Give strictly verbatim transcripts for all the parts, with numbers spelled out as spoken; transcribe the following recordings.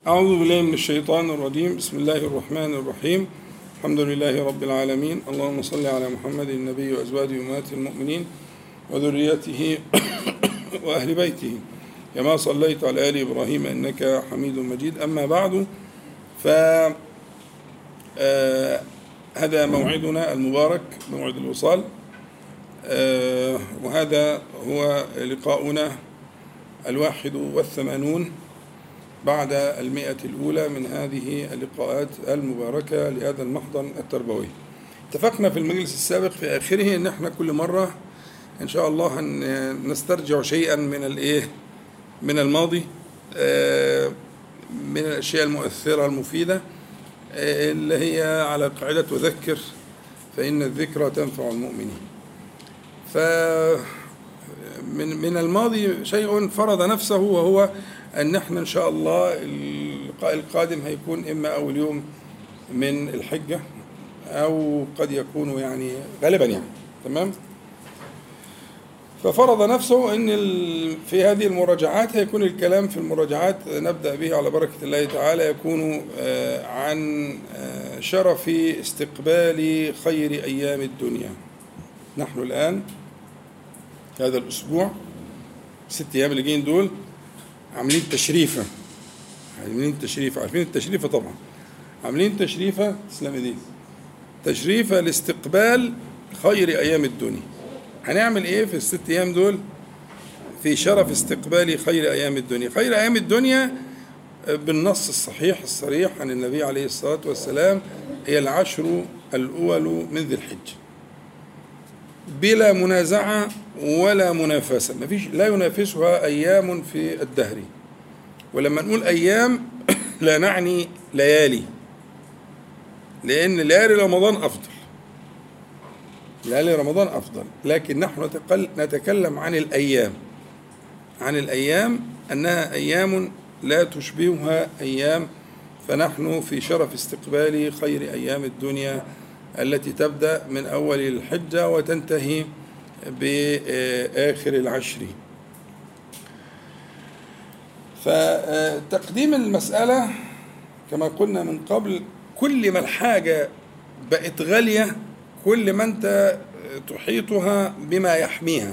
أعوذ بالله من الشيطان الرجيم. بسم الله الرحمن الرحيم. الحمد لله رب العالمين. اللهم صل على محمد النبي وأزواجه أمهات المؤمنين وذريته وأهل بيته كما صليت على آل إبراهيم إنك حميد مجيد. أما بعد، ف هذا موعدنا المبارك، موعد الوصال، وهذا هو لقاؤنا الواحد والثمانون بعد المئة الأولى من هذه اللقاءات المباركة لهذا المحضن التربوي. اتفقنا في المجلس السابق في آخره أن احنا كل مرة إن شاء الله نسترجع شيئا من الإيه من الماضي، من الأشياء المؤثرة المفيدة اللي هي على قاعدة وذكر فإن الذكرى تنفع المؤمنين. ف من من الماضي شيء فرض نفسه، وهو أن احنا إن شاء الله اللقاء القادم هيكون إما أول يوم من الحجة أو قد يكون يعني غالبا يعني تمام. ففرض نفسه أن في هذه المراجعات هيكون الكلام في المراجعات نبدأ به على بركة الله تعالى يكون عن شرف استقبال خير أيام الدنيا. نحن الآن هذا الأسبوع ست أيام اللي جايين دول عاملين تشريفة، عاملين تشريفة عارفين التشريفة طبعا، عاملين تشريفة تسلم ايديك، تشريفة لاستقبال خير أيام الدنيا. هنعمل إيه في الست أيام دول في شرف استقبال خير أيام الدنيا؟ خير أيام الدنيا بالنص الصحيح الصريح عن النبي عليه الصلاة والسلام هي العشر الأول من ذي الحجة، بلا منازعة ولا منافسة، ما فيش لا ينافسها أيام في الدهر. ولما نقول أيام لا نعني ليالي، لأن ليالي رمضان أفضل، ليالي رمضان أفضل، لكن نحن نتكلم عن الأيام، عن الأيام أنها أيام لا تشبهها أيام. فنحن في شرف استقبال خير أيام الدنيا التي تبدأ من أول الحجة وتنتهي بآخر العشر. فتقديم المسألة كما قلنا من قبل، كل ما الحاجة بقت غالية كل ما أنت تحيطها بما يحميها.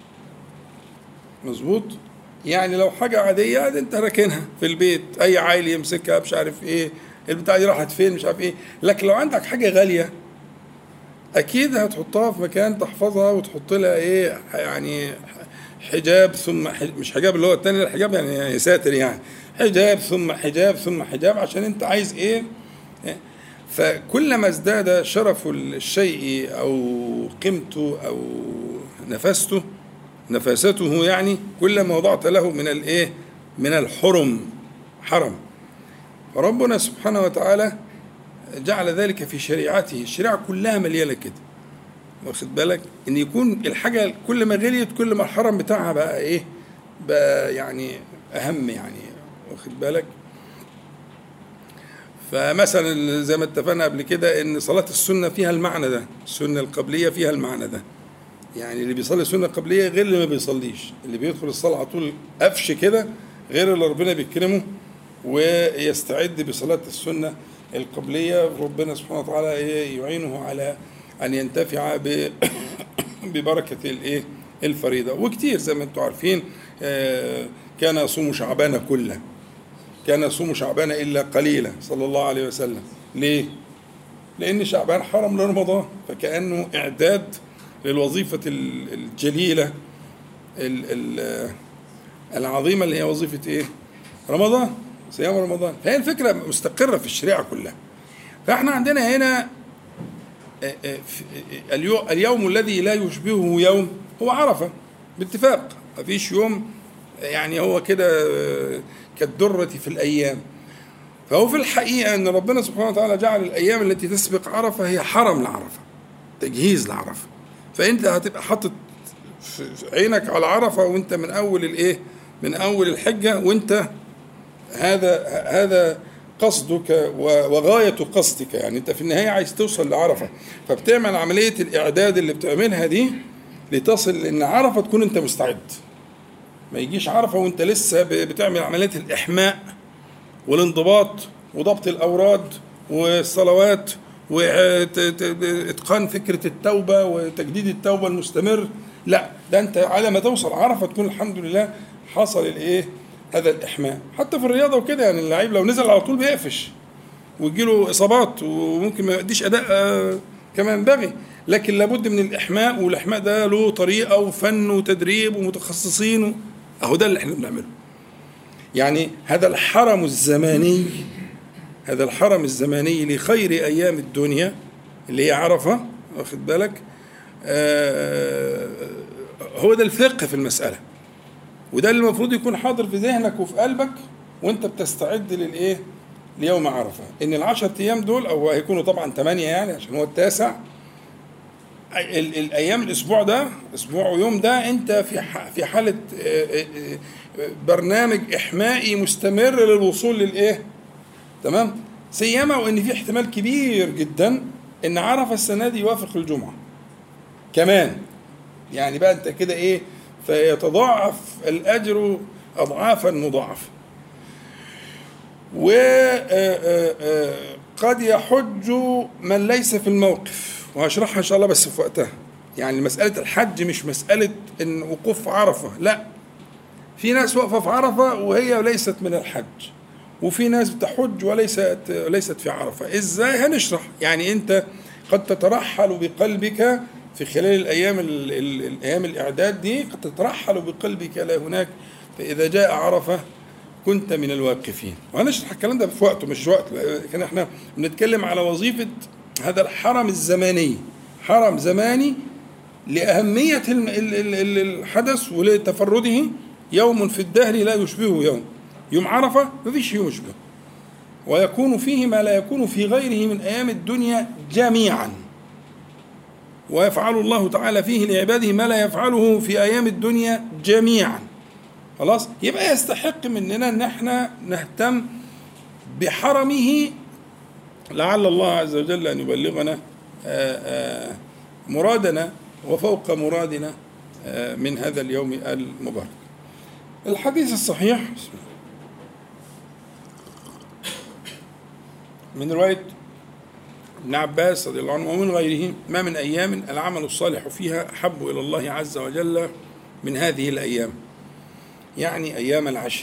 مظبوط؟ يعني لو حاجة عادية أنت راكنها في البيت، أي عائل يمسكها مش عارف إيه البتاع دي راحت فين مش عارف إيه، لكن لو عندك حاجة غالية أكيد هتحطها في مكان تحفظها وتحط لها إيه يعني حجاب ثم حجاب، مش حجاب اللي هو التاني، الحجاب يعني, يعني ساتر، يعني حجاب ثم حجاب ثم حجاب عشان أنت عايز إيه. فكلما ازداد شرف الشيء أو قيمته أو نفسته نفاسته يعني كلما وضعت له من الإيه من الحرم حرم. فربنا سبحانه وتعالى جعل ذلك في شريعته، الشريعة كلها مليانة كده، واخد بالك ان يكون الحاجة كل ما غليت كل ما الحرم بتاعها بقى ايه بقى يعني اهم، يعني واخد بالك. فمثلا زي ما اتفقنا قبل كده ان صلاة السنة فيها المعنى ده، السنة القبلية فيها المعنى ده، يعني اللي بيصلي السنة القبلية غير اللي ما بيصليش، اللي بيدخل الصلاة على طول قفش كده غير اللي ربنا بيكرمه ويستعد بصلاة السنة القبلية، ربنا سبحانه وتعالى يعينه على أن ينتفع ببركة الإيه الفريضة. وكتير زي ما أنتم عارفين كان يصوم شعبان كله، كان يصوم شعبان إلا قليلا صلى الله عليه وسلم. ليه؟ لأن شعبان حرم لرمضان، فكأنه إعداد للوظيفة الجليلة العظيمة اللي هي وظيفة إيه؟ رمضان، صيام رمضان. فهي الفكرة مستقرة في الشريعة كلها. فاحنا عندنا هنا اليوم الذي لا يشبهه يوم هو عرفة باتفاق، مفيش يوم يعني هو كده كالدرة في الأيام. فهو في الحقيقة أن ربنا سبحانه وتعالى جعل الأيام التي تسبق عرفة هي حرم لعرفة، تجهيز لعرفة. فأنت هتبقى حاطط عينك على عرفة وأنت من أول الإيه من أول الحجة، وأنت هذا هذا قصدك وغاية قصدك، يعني أنت في النهاية عايز توصل لعرفة، فبتعمل عملية الإعداد اللي بتعملها دي لتصل إن عرفة تكون أنت مستعد. ما يجيش عرفة وأنت لسه بتعمل عملية الإحماء والانضباط وضبط الأوراد والصلوات وإتقان فكرة التوبة وتجديد التوبة المستمر. لا، ده أنت على ما توصل عرفة تكون الحمد لله حصل الإيه هذا الإحماء. حتى في الرياضة وكده، يعني اللعيب لو نزل على طول بيقفش ويجيله إصابات وممكن ما يؤديش أداء كما ينبغي، لكن لابد من الإحماء، والإحماء ده له طريقة وفن وتدريب ومتخصصين، أهو ده اللي احنا بنعمله. يعني هذا الحرم الزماني، هذا الحرم الزماني لخير أيام الدنيا اللي هي عرفة، واخد بالك، آه هو ده الفقه في المسألة، وده اللي المفروض يكون حاضر في ذهنك وفي قلبك وانت بتستعد للإيه ليوم عرفة، إن العشر أيام دول، أو هيكونوا طبعا ثمانية يعني عشان هو التاسع، الأيام الأسبوع ده، أسبوع ويوم ده، أنت في في حالة برنامج إحمائي مستمر للوصول للإيه؟ تمام؟ سيما وإن في احتمال كبير جدا إن عرفة السنة دي يوافق الجمعة كمان، يعني بقى أنت كده إيه؟ فيتضاعف الأجر أضعافا مضاعفة. وقد يحج من ليس في الموقف، وهشرحها إن شاء الله بس في وقتها. يعني مسألة الحج مش مسألة إن وقوف عرفة، لا، في ناس واقفة في عرفة وهي ليست من الحج، وفي ناس بتحج وليست ليست في عرفة. إزاي؟ هنشرح. يعني أنت قد تترحل بقلبك في خلال الأيام الأيام الإعداد دي، قد تترحل بقلبك إلى هناك، فإذا جاء عرفة كنت من الواقفين. وهنشرح الكلام ده في وقته، مش وقت، لكن احنا بنتكلم على وظيفة هذا الحرم الزماني، حرم زماني لأهمية الحدث ولتفرده، يوم في الدهر لا يشبهه يوم، يوم عرفة ما فيش يوم يشبهه، ويكون فيه ما لا يكون في غيره من أيام الدنيا جميعا، ويفعل الله تعالى فيه لعباده ما لا يفعله في أيام الدنيا جميعا. خلاص، يبقى يستحق مننا ان احنا نهتم بحرمه، لعل الله عز وجل ان يبلغنا مرادنا وفوق مرادنا من هذا اليوم المبارك. الحديث الصحيح من رواية ابن عباس رضي الله عنه ومن غيره: ما من أيام العمل الصالح فيها أحب إلى الله عز وجل من هذه الأيام، يعني أيام العشر.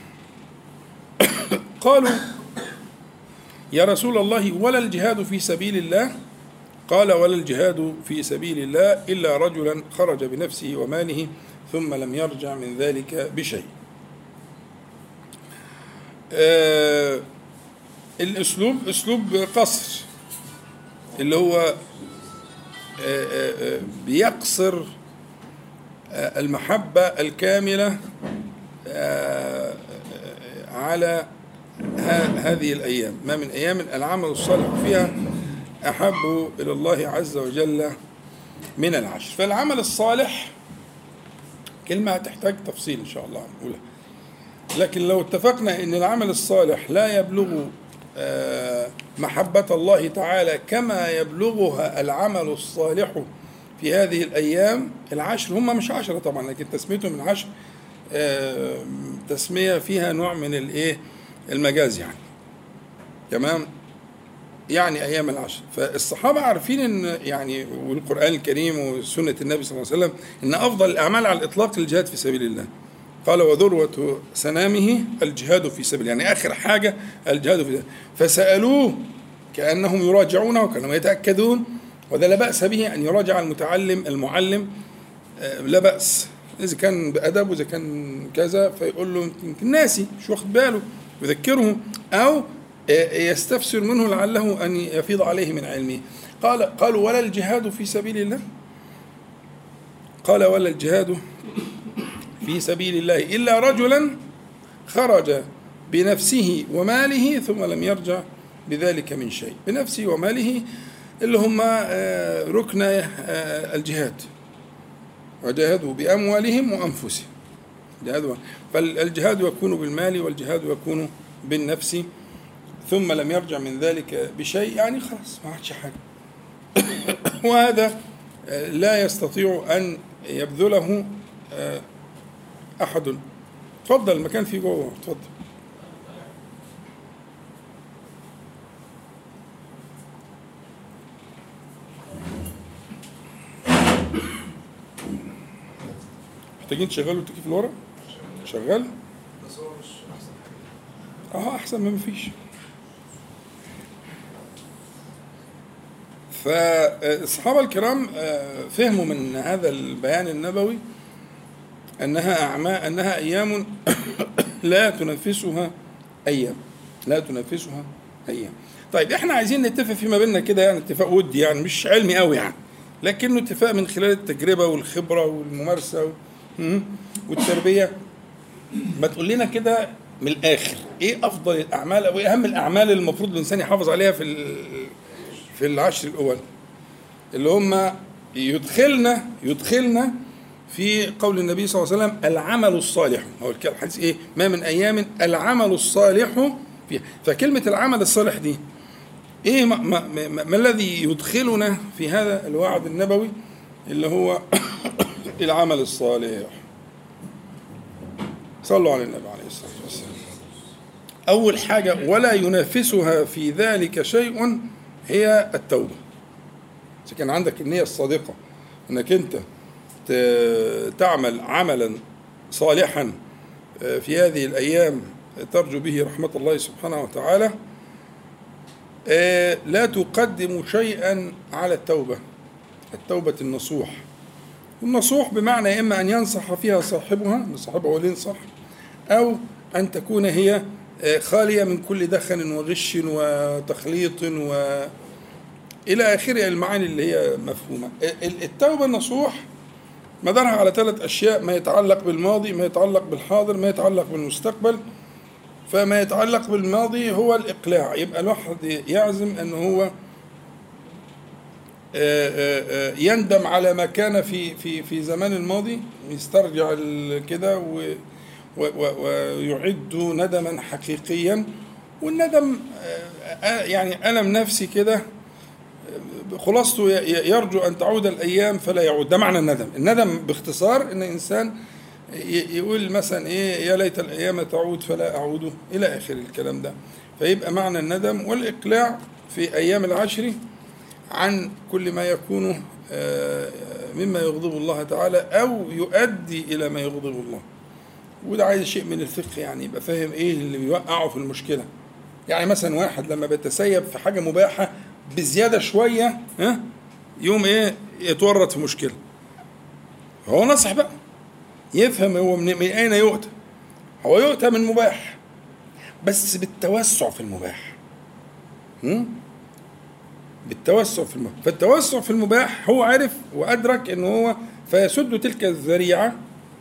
قالوا: يا رسول الله، ولا الجهاد في سبيل الله؟ قال: ولا الجهاد في سبيل الله إلا رجلا خرج بنفسه وماله ثم لم يرجع من ذلك بشيء. آه الأسلوب أسلوب قصر، اللي هو آه آه بيقصر آه المحبة الكاملة آه على هذه الأيام. ما من أيام العمل الصالح فيها أحب إلى الله عز وجل من العشر. فالعمل الصالح كلمة هتحتاج تفصيل إن شاء الله نقولها، لكن لو اتفقنا أن العمل الصالح لا يبلغ محبة الله تعالى كما يبلغها العمل الصالح في هذه الأيام العشر. هم مش عشرة طبعا، لكن تسميتهم من عشر تسمية فيها نوع من الإيه المجاز، يعني تمام، يعني أيام العشر. فالصحابة عارفين أن يعني، والقرآن الكريم وسنة النبي صلى الله عليه وسلم، أن أفضل الأعمال على الإطلاق الجهاد في سبيل الله. قال: وذروة سنامه الجهاد في سبيل، يعني آخر حاجة الجهاد في سبيل. فسألوه كأنهم يراجعونه وكأنهم يتأكدون، وده لا بأس به أن يراجع المتعلم المعلم، لا بأس، إذا كان بأدب وإذا كان كذا، فيقول له يمكن ناسي مش واخد باله، يذكره أو يستفسر منه لعله أن يفيض عليه من علمه. قال قالوا: ولا الجهاد في سبيل الله؟ قال: ولا الجهاد في سبيل الله إلا رجلا خرج بنفسه وماله ثم لم يرجع بذلك من شيء. بنفسه وماله اللي هم ركن الجهاد، وجاهدوا بأموالهم وأنفسهم. فالجهاد يكون بالمال والجهاد يكون بالنفس، ثم لم يرجع من ذلك بشيء، يعني خلاص ما عادش حاجة. وهذا لا يستطيع أن يبذله أحد. تفضل، المكان فيه جوه، تفضل. محتاجين تشغلوا التكييف اللي ورا؟ شغال؟ بس هو مش احسن حاجه. اه احسن ما مفيش. فالصحابه الكرام فهموا من هذا البيان النبوي انها اعمال، انها ايام لا تنافسها ايام، لا تنافسها ايام. طيب احنا عايزين نتفق فيما بيننا كده، يعني اتفاق ودي، يعني مش علمي قوي يعني، لكنه اتفاق من خلال التجربه والخبره والممارسه والتربيه. ما تقول لنا كده من الاخر ايه افضل الاعمال او ايه اهم الاعمال اللي المفروض الانسان يحافظ عليها في في العشر الاول، اللي هم يدخلنا يدخلنا في قول النبي صلى الله عليه وسلم العمل الصالح. هو الحديث ايه؟ ما من ايام العمل الصالح فيها. فكلمه العمل الصالح دي ايه؟ ما, ما, ما, ما الذي يدخلنا في هذا الوعد النبوي اللي هو العمل الصالح؟ صلوا على النبي عليه الصلاه والسلام. اول حاجه ولا ينافسها في ذلك شيء هي التوبه. اذا كان عندك النيه الصادقه انك انت تعمل عملا صالحا في هذه الأيام ترجو به رحمة الله سبحانه وتعالى، لا تقدم شيئا على التوبة، التوبة النصوح. والنصوح بمعنى إما أن ينصح فيها صاحبها، صاحبها هو اللي ينصح، أو أن تكون هي خالية من كل دخن وغش وتخليط و إلى آخر المعاني اللي هي مفهومة. التوبة النصوح مدارها على ثلاث أشياء: ما يتعلق بالماضي، ما يتعلق بالحاضر، ما يتعلق بالمستقبل. فما يتعلق بالماضي هو الإقلاع، يبقى الواحد يعزم أنه هو يندم على ما كان في في في زمان الماضي، يسترجع كده ويعد ندما حقيقيا. والندم يعني ألم نفسي كده، خلاصته يرجو أن تعود الأيام فلا يعود. ده معنى الندم. الندم باختصار إن إنسان يقول مثلا إيه، يا ليت الأيام تعود فلا أعود، إلى آخر الكلام ده. فيبقى معنى الندم والإقلاع في أيام العشر عن كل ما يكون مما يغضب الله تعالى أو يؤدي إلى ما يغضب الله. وده عايز شيء من الفقه، يعني يبقى فاهم إيه اللي بيوقعه في المشكلة. يعني مثلا واحد لما بيتسيب في حاجة مباحة بزيادة شوية، ها، يوم ايه يتورط في مشكلة. هو نصح بقى، يفهم هو من اين يؤتى. هو يؤتى من مباح بس بالتوسع في المباح، هم؟ بالتوسع في المباح. فالتوسع في المباح هو عارف وأدرك انه هو فيسد تلك الذريعة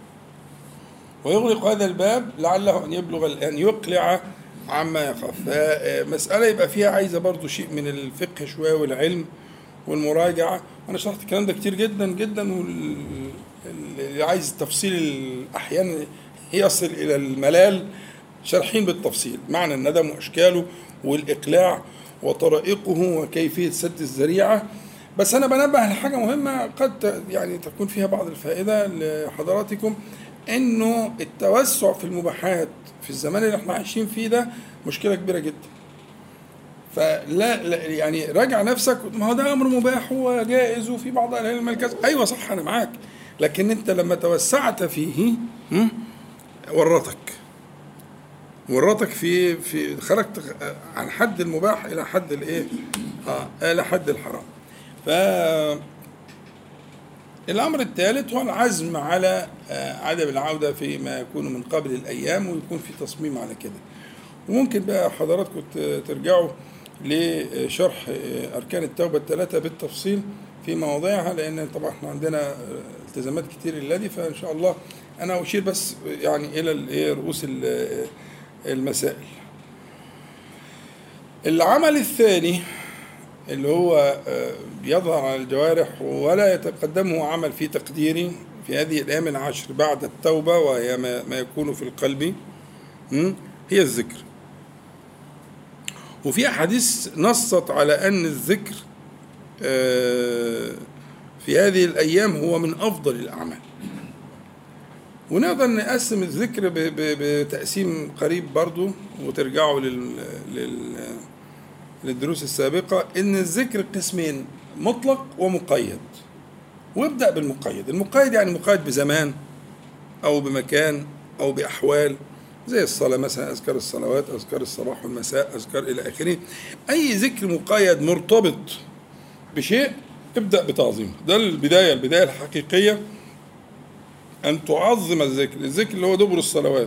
ويغلق هذا الباب لعله ان يبلغ ان يقلع عما يخاف. فمسألة يبقى فيها عايزة برضو شيء من الفقه شوية والعلم والمراجعة. أنا شرحت الكلام ده كتير جدا جدا، واللي عايز تفصيل أحيانا يصل إلى الملال شرحين بالتفصيل معنى الندم وأشكاله والإقلاع وطرائقه وكيفية سد الذريعة. بس أنا بنبه لحاجة مهمة قد يعني تكون فيها بعض الفائدة لحضراتكم، إنه التوسع في المباحات في الزمان اللي احنا عايشين فيه ده مشكلة كبيرة جدا. فلا لا يعني راجع نفسك، ما هو ده أمر مباح وجائز وفي بعض أهل العلم الكذا، أيوة صح أنا معاك، لكن أنت لما توسعت فيه ورطك ورطك في في خرجت عن حد المباح إلى حد الإيه؟ آه إلى حد الحرام. ف الأمر الثالث هو العزم على عدم العودة فيما يكون من قبل الأيام، ويكون في تصميم على كده. وممكن بقى حضراتكم ترجعوا لشرح أركان التوبة الثلاثة بالتفصيل في مواضيعها، لأن طبعا احنا عندنا التزامات كتير الليلة، فإن شاء الله أنا أشير بس يعني إلى رؤوس المسائل. العمل الثاني اللي هو يظهر على الجوارح ولا يتقدمه عمل في تقديري في هذه الأيام العشر بعد التوبة، وهي ما يكون في القلب، هي الذكر. وفي أحاديث نصت على أن الذكر في هذه الأيام هو من أفضل الأعمال. ونقدر نقسم الذكر بتقسيم قريب برضو، وترجعوا لل للدروس السابقة، إن الذكر قسمين: مطلق ومقيد. وابدأ بالمقيد. المقيد يعني مقيد بزمان، أو بمكان أو بأحوال، زي الصلاة مثلا، أذكار الصلوات، أذكار الصباح والمساء، أذكار إلى آخره. أي ذكر مقيد مرتبط بشيء ابدأ بتعظيمه. ده البداية، البداية الحقيقية أن تعظم الذكر. الذكر اللي هو دبر الصلوات،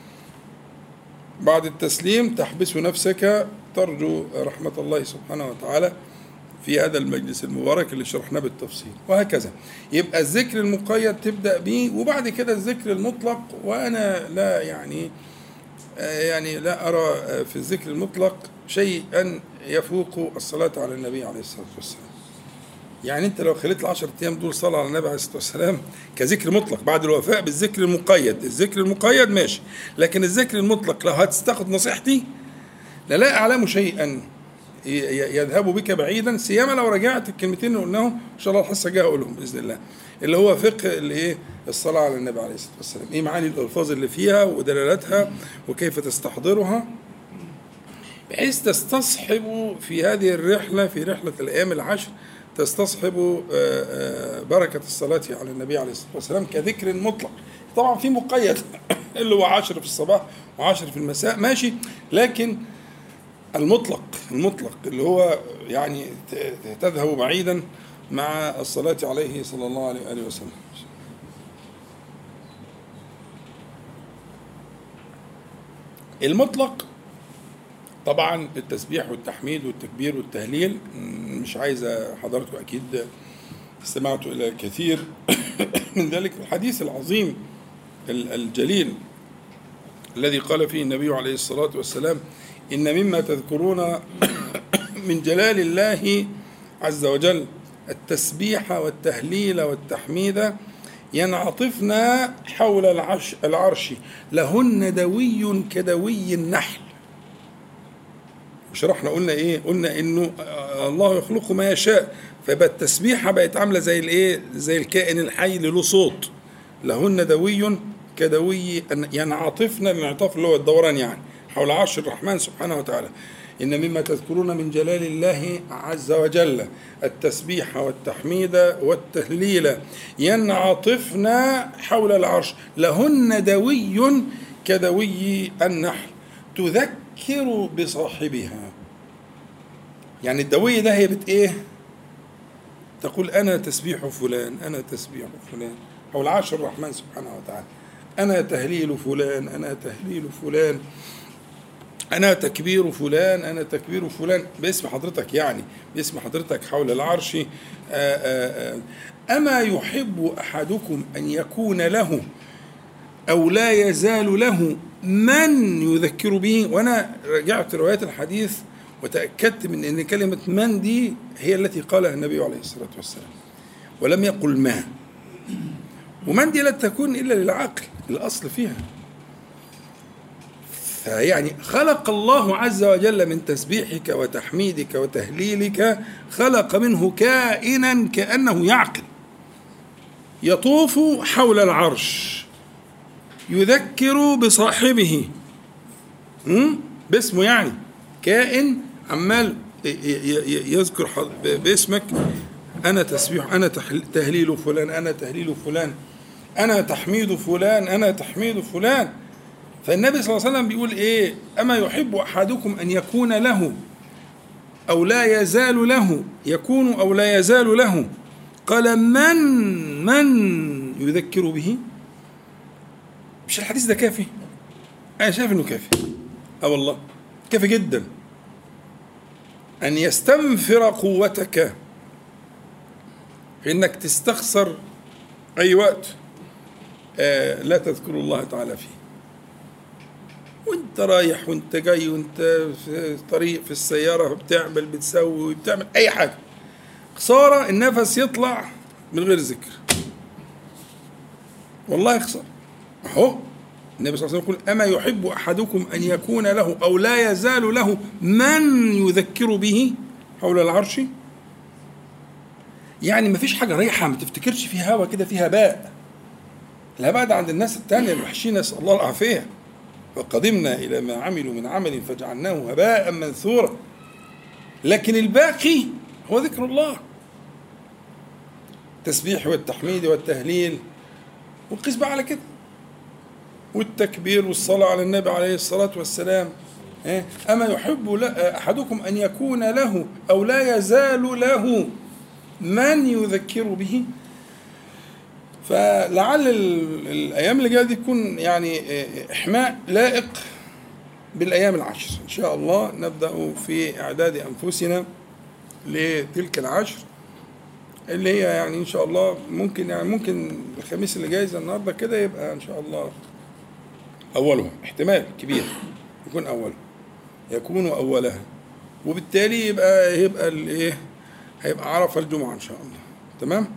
بعد التسليم تحبس نفسك ترجو رحمة الله سبحانه وتعالى في هذا المجلس المبارك اللي شرحناه بالتفصيل، وهكذا. يبقى الذكر المقيد تبدأ به، وبعد كده الذكر المطلق. وأنا لا يعني يعني لا أرى في الذكر المطلق شيئا يفوق الصلاة على النبي عليه الصلاة والسلام. يعني أنت لو خليت العشر أيام دول صلاة على النبي عليه الصلاة والسلام كذكر مطلق بعد الوفاء بالذكر المقيد، الذكر المقيد ماشي، لكن الذكر المطلق لو هتستاخد نصيحتي لا أعلم شيئا يذهب بك بعيدا، سيما لو رجعت الكلمتين اللي قلناهم ان شاء الله الحصه الجايه اقولهم باذن الله، اللي هو فقه الايه الصلاه على النبي عليه الصلاه والسلام، ايه معاني الالفاظ اللي فيها ودلالاتها وكيف تستحضرها بحيث تصطحب في هذه الرحله، في رحله الايام العشر، تصطحب بركه الصلاه على النبي عليه الصلاه والسلام كذكر مطلق. طبعا في مقيد اللي هو عشر في الصباح وعشر في المساء ماشي، لكن المطلق المطلق اللي هو يعني تذهب بعيدا مع الصلاة عليه صلى الله عليه وآله وسلم. المطلق طبعا التسبيح والتحميد والتكبير والتهليل، مش عايزة حضراتكم أكيد استمعتوا إلى كثير من ذلك الحديث العظيم الجليل الذي قال فيه النبي عليه الصلاة والسلام: إن مما تذكرون من جلال الله عز وجل التسبيح والتهليل والتحميد ينعطفن حول العرش, العرش لهن دوي كدوي النحل. وشرحنا قلنا إيه؟ قلنا إنه الله يخلق ما يشاء، فبقى التسبيحة بقت عاملة زي الإيه؟ زي الكائن الحي اللي له صوت. لهن دوي كدوي ينعطفن، الانعطاف اللي هو الدوران يعني، حول عرش الرحمن سبحانه وتعالى. إن مما تذكرون من جلال الله عز وجل التسبيح والتحميد والتهليل ينعطفن حول العرش لهن دوي كدوي النحل تذكر بصاحبها. يعني الدوي ده هي بت ايه؟ تقول أنا تسبيح فلان، أنا تسبيح فلان حول عرش الرحمن سبحانه وتعالى، أنا تهليل فلان، أنا تهليل فلان، أنا تكبير فلان، أنا تكبير فلان، باسم حضرتك يعني، باسم حضرتك حول العرش. آآ آآ أما يحب أحدكم أن يكون له أو لا يزال له من يذكر به. وأنا رجعت روايات الحديث وتأكدت من أن كلمة من دي هي التي قالها النبي عليه الصلاة والسلام، ولم يقل ما. ومن دي لا تكون إلا للعقل، الأصل فيها. يعني خلق الله عز وجل من تسبيحك وتحميدك وتهليلك، خلق منه كائنا كأنه يعقل يطوف حول العرش يذكر بصاحبه باسمه، يعني كائن عمال يذكر باسمك، أنا تسبيح، أنا تهليل فلان، أنا تهليل فلان، أنا تحميد فلان، أنا تحميد فلان. فالنبي صلى الله عليه وسلم بيقول إيه؟ أما يحب أحدكم أن يكون له أو لا يزال له، يكون أو لا يزال له. قال من من يذكر به؟ مش الحديث ده كافي؟ أنا شايف إنه كافي. أه والله كافي جدا أن يستنفر قوتك في إنك تستخسر أي وقت آه لا تذكر الله تعالى فيه، وانت رايح وانت جاي وانت في طريق في السيارة بتعمل بتسوي بتعمل أي حاجة، خسارة النفس يطلع من غير ذكر، والله خسارة. أهو النبي صلى الله عليه وسلم يقول أما يحب أحدكم أن يكون له أو لا يزال له من يذكر به حول العرش. يعني ما فيش حاجة رايحة ما تفتكرش فيها هوا كده، فيها هباء. الهباء ده عند الناس التانية الوحشين، نسأل الله العافية. وقدمنا إلى ما عملوا من عمل فجعلناه هباء منثورا. لكن الباقي هو ذكر الله، التسبيح والتحميد والتهليل، وقس بقى على كده والتكبير والصلاة على النبي عليه الصلاة والسلام. أما يحب أحدكم أن يكون له أو لا يزال له من يذكر به؟ فلعل الأيام اللي جاية دي تكون يعني إحماء لائق بالأيام العشر إن شاء الله. نبدأ في إعداد أنفسنا لتلك العشر اللي هي يعني إن شاء الله ممكن يعني ممكن الخميس اللي جاي زي النهارده كده يبقى إن شاء الله أولها، احتمال كبير يكون أولها، يكون أولها، وبالتالي يبقى يبقى الإيه هيبقى عرفة الجمعة إن شاء الله. تمام.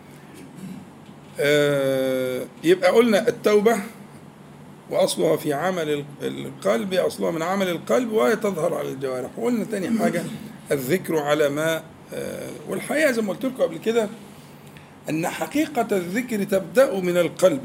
آه يبقى قلنا التوبة وأصلها في عمل القلب، أصلها من عمل القلب وهي تظهر على الجوارح. وقلنا تاني حاجة الذكر على ما آه والحقيقة زي ما قلت لكم قبل كده أن حقيقة الذكر تبدأ من القلب،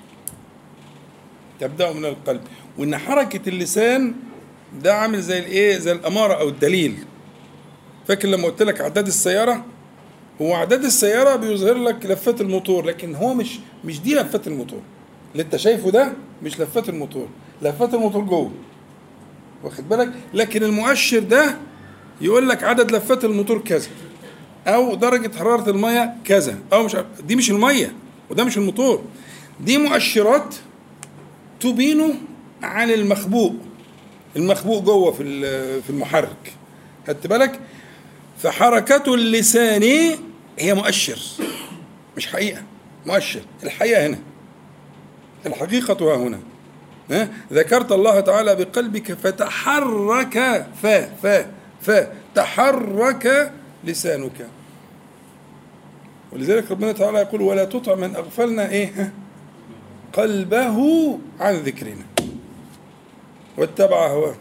تبدأ من القلب، وأن حركة اللسان ده عامل زي الإيه زي الأمارة أو الدليل. فاكر لما قلت لك عداد السيارة؟ هو عداد السيارة بيظهر لك لفات الموتور، لكن هو مش مش دي لفات الموتور اللي انت شايفه ده، مش لفات الموتور، لفات الموتور جوه، واخد بالك؟ لكن المؤشر ده يقول لك عدد لفات الموتور كذا، او درجة حرارة المية كذا، او مش عارف. دي مش المية وده مش الموتور، دي مؤشرات تبين عن المخبوء، المخبوء جوه في في المحرك، خدت بالك؟ فحركة اللسان هي مؤشر مش حقيقة، مؤشر. الحقيقة هنا، الحقيقة ها هنا. ها؟ ذكرت الله تعالى بقلبك فتحرك فا فا فا تحرك لسانك. ولذلك ربنا تعالى يقول ولا تطع من أغفلنا إيه قلبه عن ذكرنا واتبع هواه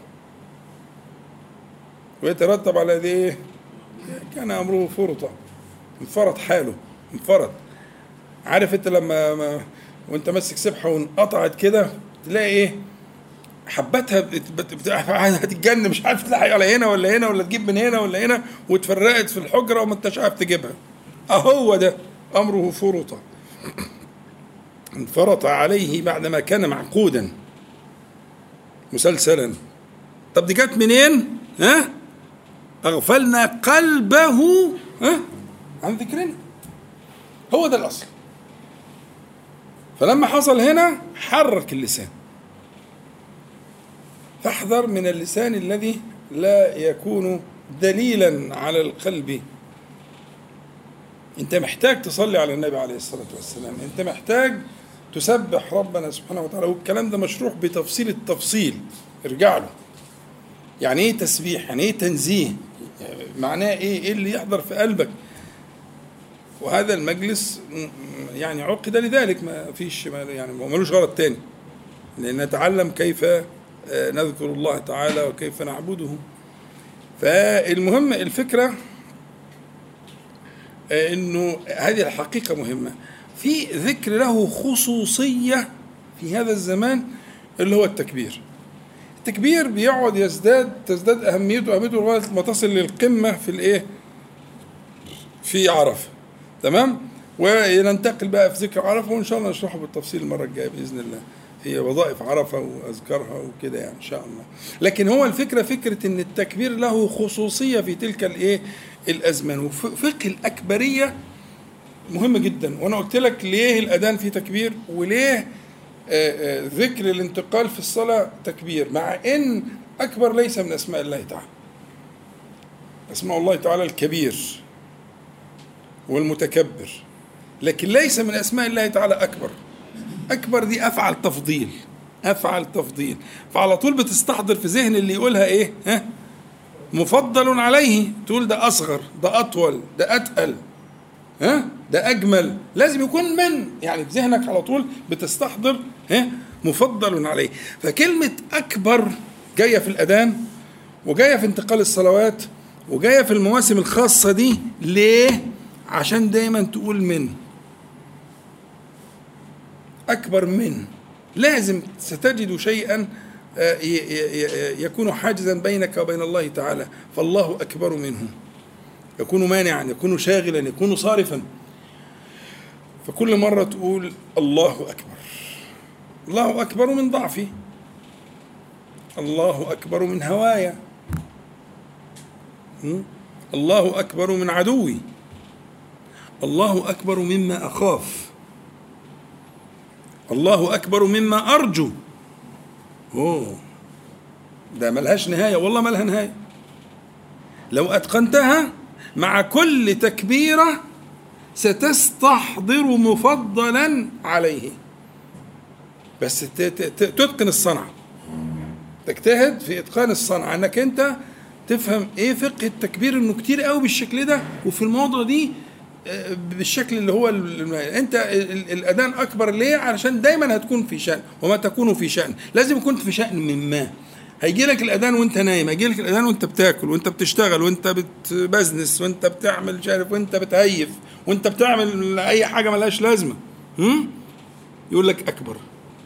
ويترتب على ذي إيه كان أمره فرطا، انفرط حاله، انفرط. عارف انت لما ما وانت ماسك سبحة وانقطعت كده تلاقي ايه حبتها هتتجن، مش عارف تلاقي على هنا ولا هنا ولا تجيب من هنا ولا هنا، واتفرقت في الحجرة وما انتش عارف تجيبها. اهو ده امره فرطا، انفرط عليه بعدما كان معقودا مسلسلا. طب دي جت منين؟ ها؟ أغفلنا قلبه ها عن ذكرنا، هو ده الأصل. فلما حصل هنا حرك اللسان. فاحذر من اللسان الذي لا يكون دليلا على القلب. انت محتاج تصلي على النبي عليه الصلاة والسلام، انت محتاج تسبح ربنا سبحانه وتعالى، والكلام ده مشروح بتفصيل التفصيل، ارجع له. يعني ايه تسبيح؟ يعني ايه تنزيه؟ معناه ايه؟ ايه اللي يحضر في قلبك؟ وهذا المجلس يعني عقد لذلك، ما فيش يعني ملوش غرض تاني، لأن نتعلم كيف نذكر الله تعالى وكيف نعبده. فالمهم الفكرة انه هذه الحقيقة مهمة. في ذكر له خصوصية في هذا الزمان اللي هو التكبير. التكبير بيقعد يزداد تزداد أهميته أهميته لغاية ما تصل للقمة في الإيه؟ في عرفة. تمام؟ وننتقل بقى في ذكر عرفة، وإن شاء الله نشرحه بالتفصيل المرة الجاية بإذن الله، هي وظائف عرفة وأذكارها وكده يعني إن شاء الله. لكن هو الفكرة فكرة إن التكبير له خصوصية في تلك الإيه؟ الأزمان. وفقه الأكبرية مهم جدا، وأنا قلت لك ليه الأذان فيه تكبير وليه آآ آآ ذكر الانتقال في الصلاة تكبير، مع إن أكبر ليس من أسماء الله تعالى. أسماء الله تعالى الكبير والمتكبر، لكن ليس من أسماء الله تعالى أكبر. أكبر دي أفعل تفضيل، أفعل تفضيل، فعلى طول بتستحضر في ذهن اللي يقولها إيه؟ ها؟ مفضل عليه، تقول ده أصغر، ده أطول، ده أتقل، ها؟ ده أجمل، لازم يكون من، يعني في ذهنك على طول بتستحضر ها؟ مفضل عليه. فكلمة أكبر جاية في الأذان، وجاية في انتقال الصلوات، وجاية في المواسم الخاصة دي. ليه؟ عشان دايما تقول من، أكبر من، لازم ستجد شيئا يكون حاجزا بينك وبين الله تعالى، فالله أكبر منه، يكون مانعا، يكون شاغلا، يكون صارفا. فكل مرة تقول الله أكبر، الله أكبر من ضعفي، الله أكبر من هوايا، الله أكبر من عدوي، الله أكبر مما أخاف، الله أكبر مما أرجو. أوه ده ملهاش نهاية، والله ملها نهاية. لو أتقنتها مع كل تكبيرة ستستحضر مفضلا عليه، بس تتقن الصنعة، تجتهد في إتقان الصنعة، أنك أنت تفهم إيه فقه التكبير، إنه كتير قوي بالشكل ده وفي الموضوع دي بالشكل اللي هو أنت الأذان أكبر ليه؟ علشان دايما هتكون في شأن، وما تكون في شأن لازم يكون في شأن مما. هيجي لك الأذان وأنت نايم، هيجي لك الأذان وأنت بتاكل وأنت بتشتغل وأنت بتبزنس وأنت بتعمل مش عارف وأنت بتهيف وأنت بتعمل أي حاجة ملهاش لازمة، هم؟ يقول لك أكبر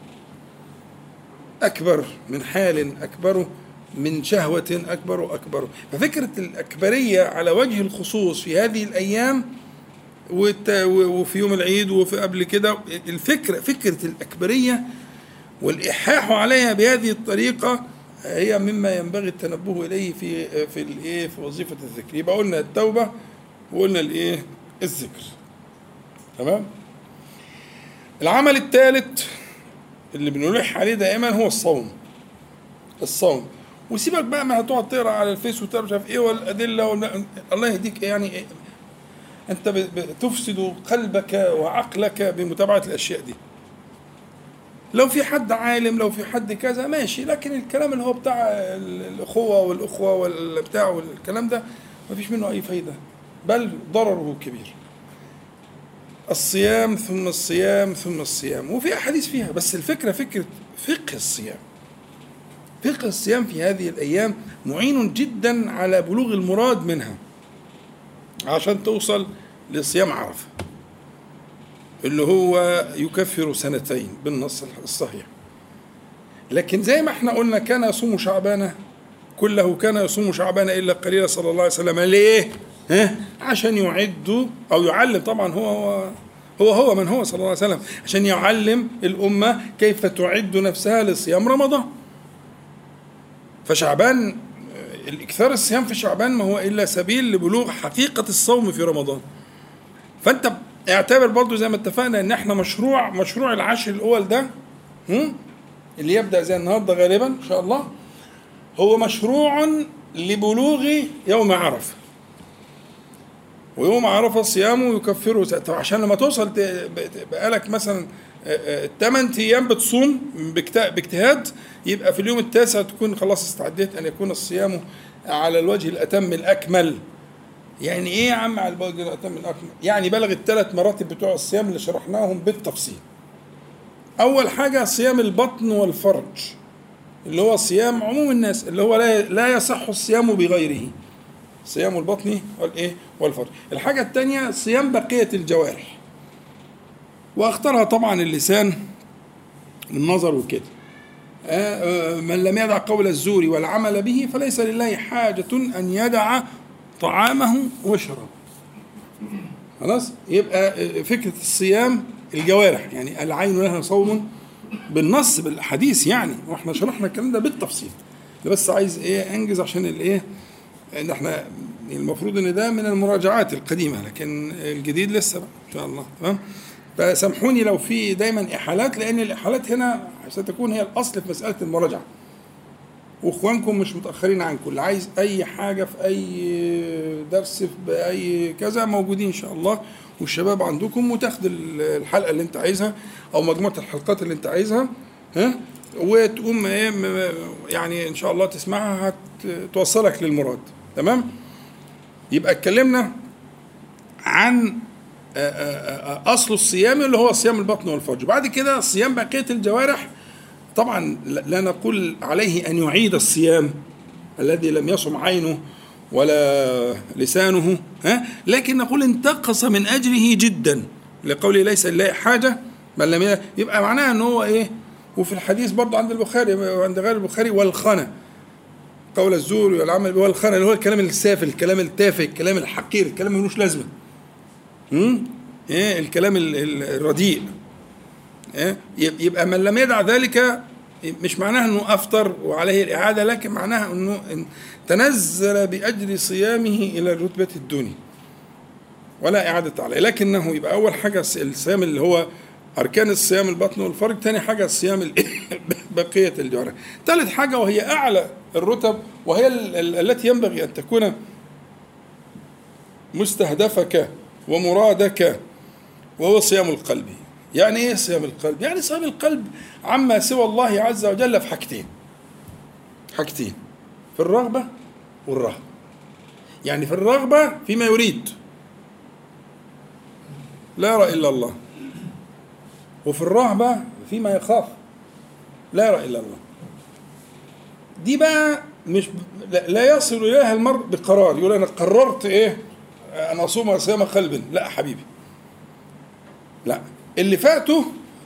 أكبر من حال أكبر من شهوة أكبر أكبر. ففكرة الأكبرية على وجه الخصوص في هذه الأيام وفي يوم العيد وفي قبل كده، الفكرة فكرة الأكبرية والإلحاح عليها بهذه الطريقة هي مما ينبغي التنبه إليه في في الإيه في وظيفة الذكر. يبقى قلنا التوبة وقلنا الإيه الذكر، تمام. العمل الثالث اللي بنلح عليه دائما هو الصوم. الصوم وسيبك بقى ما هتقعد تقرا على الفيس وتقرا مش عارف ايه والادله ولا الله يهديك، يعني إيه؟ انت بتفسد قلبك وعقلك بمتابعه الاشياء دي. لو في حد عالم لو في حد كذا ماشي، لكن الكلام اللي هو بتاع الاخوه والاخوه والبتاع والكلام ده ما فيش منه اي فايده، بل ضرره كبير. الصيام ثم الصيام ثم الصيام، وفي احاديث فيها، بس الفكره فكره فقه الصيام. فقه الصيام في هذه الايام معين جدا على بلوغ المراد منها، عشان توصل لصيام عرفه اللي هو يكفر سنتين بالنص الصحيح. لكن زي ما احنا قلنا كان يصوم شعبان كله، كان يصوم شعبان الا قليلا صلى الله عليه وسلم. ليه؟ ها؟ عشان يعد او يعلم، طبعا هو هو هو هو من هو صلى الله عليه وسلم، عشان يعلم الامه كيف تعد نفسها لصيام رمضان. فشعبان الاكثار الصيام في شعبان ما هو الا سبيل لبلوغ حقيقه الصوم في رمضان. فانت اعتبر برضو زي ما اتفقنا ان احنا مشروع مشروع العشر الاول ده اللي يبدأ زي النهارده غالبا ان شاء الله هو مشروع لبلوغ يوم عرفة. ويوم عرفة صيامه يكفره، عشان لما توصل بقالك مثلا ثمان ايام بتصوم باجتهاد، يبقى في اليوم التاسع تكون خلاص استعديت ان يكون الصيام على الوجه الاتم الاكمل. يعني ايه يا عم على الوجه الاتم الاكمل؟ يعني بلغ الثلاث مراتب بتوع الصيام اللي شرحناهم بالتفصيل. اول حاجه صيام البطن والفرج اللي هو صيام عموم الناس، اللي هو لا لا يصح الصيام بغيره، صيام البطن والايه والفرج. الحاجه الثانيه صيام بقيه الجوارح، واختارها طبعا اللسان النظر وكده. من لم يدع قول الزور والعمل به فليس لله حاجه ان يدع طعامه وشرابه. خلاص، يبقى فكره الصيام الجوارح، يعني العين لها صوم بالنص بالحديث يعني، واحنا شرحنا الكلام ده بالتفصيل. بس عايز ايه انجز عشان الايه ان احنا المفروض ان ده من المراجعات القديمه، لكن الجديد لسه بقى ان شاء الله. تمام، فسامحوني لو في دايما احالات، لان الاحالات هنا ستكون هي الاصل في مساله المراجعه. واخوانكم مش متاخرين عنكم، اللي عايز اي حاجه في اي درس باي كذا موجودين ان شاء الله، والشباب عندكم، وتاخد الحلقه اللي انت عايزها او مجموعه الحلقات اللي انت عايزها، ها، وتقوم ايه يعني ان شاء الله تسمعها هتوصلك للمراد. تمام، يبقى اتكلمنا عن اصل الصيام اللي هو صيام البطن والفرج. بعد كده صيام بقيه الجوارح، طبعا لا نقول عليه ان يعيد الصيام الذي لم يصم عينه ولا لسانه، ها، لكن نقول انتقص من اجره جدا لقوله ليس لله حاجه من لم يبقى معناها ان هو ايه. وفي الحديث برضه عند البخاري وعند غير البخاري والخنا، قول الزور والعمل والخنا اللي هو الكلام السافل، الكلام التافه، الكلام الحقير، الكلام ملوش لازمه، امم ايه الكلام الرديء يبقى من لم يدع ذلك مش معناها أنه أفطر وعليه الإعادة، لكن معناها أنه تنزل بأجر صيامه إلى الرتبة الدنيا ولا إعادة عليه. لكنه يبقى أول حاجة الصيام اللي هو أركان الصيام البطن والفرج، تاني حاجة الصيام بقية الجوارح، ثالث حاجة وهي أعلى الرتب وهي التي ينبغي أن تكون مستهدفك ومرادك، وهو صيام القلب. يعني إيه صيام القلب؟ يعني صيام القلب عما سوى الله عز وجل في حاجتين حاجتين في الرغبة والرهبة. يعني في الرغبة فيما يريد لا يرى إلا الله، وفي الرهبة فيما يخاف لا يرى إلا الله. دي بقى مش لا يصل إليها المرء بقرار يقول أنا قررت إيه أن أصوم صيام قلب. لا حبيبي، لا، اللي فاته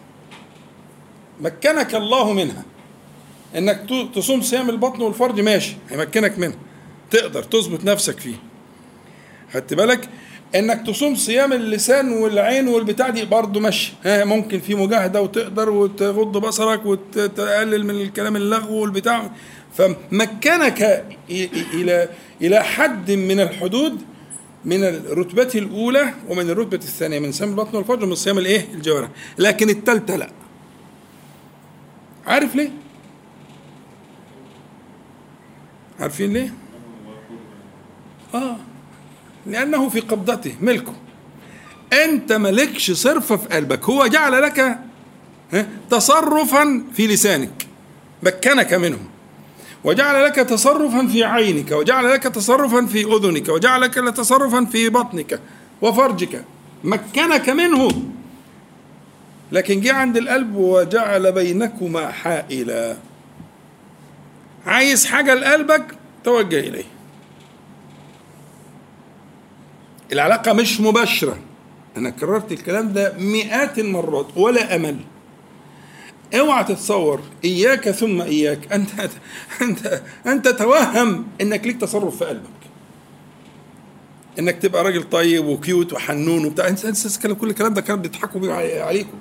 مكنك الله منها. انك تصوم صيام البطن والفرج ماشي، هيمكنك منها، تقدر تظبط نفسك فيه. خدت بالك؟ انك تصوم صيام اللسان والعين والبتاع دي برضه ماشي، ها ممكن في مجاهده وتقدر وتغض بصرك وتقلل من الكلام اللغو والبتاع، فمكنك الى الى حد من الحدود من الرتبة الأولى ومن الرتبة الثانية من صيام البطن والفرج ومن صيام الإيه الجوارح. لكن الثالثة لا. عارف ليه؟ عارفين ليه؟ آه لأنه في قبضته، ملكه. أنت ملكش صرفة في قلبك، هو جعل لك تصرفا في لسانك مكنك منه، وجعل لك تصرفا في عينك، وجعل لك تصرفا في أذنك، وجعل لك تصرفا في بطنك وفرجك، مكنك منه. لكن جه عند القلب وجعل بينكما حائلا. عايز حاجة لقلبك توجه إليه. العلاقة مش مباشرة، أنا كررت الكلام ده مئات المرات ولا أمل. اوعى تتصور إياك ثم إياك أنت أنت أنت توهم إنك ليك تصرف في قلبك، إنك تبقى راجل طيب وكيوت وحنون وبتاع. أنت أنت كل الكلام ده كان بيضحكوا بيه عليكم.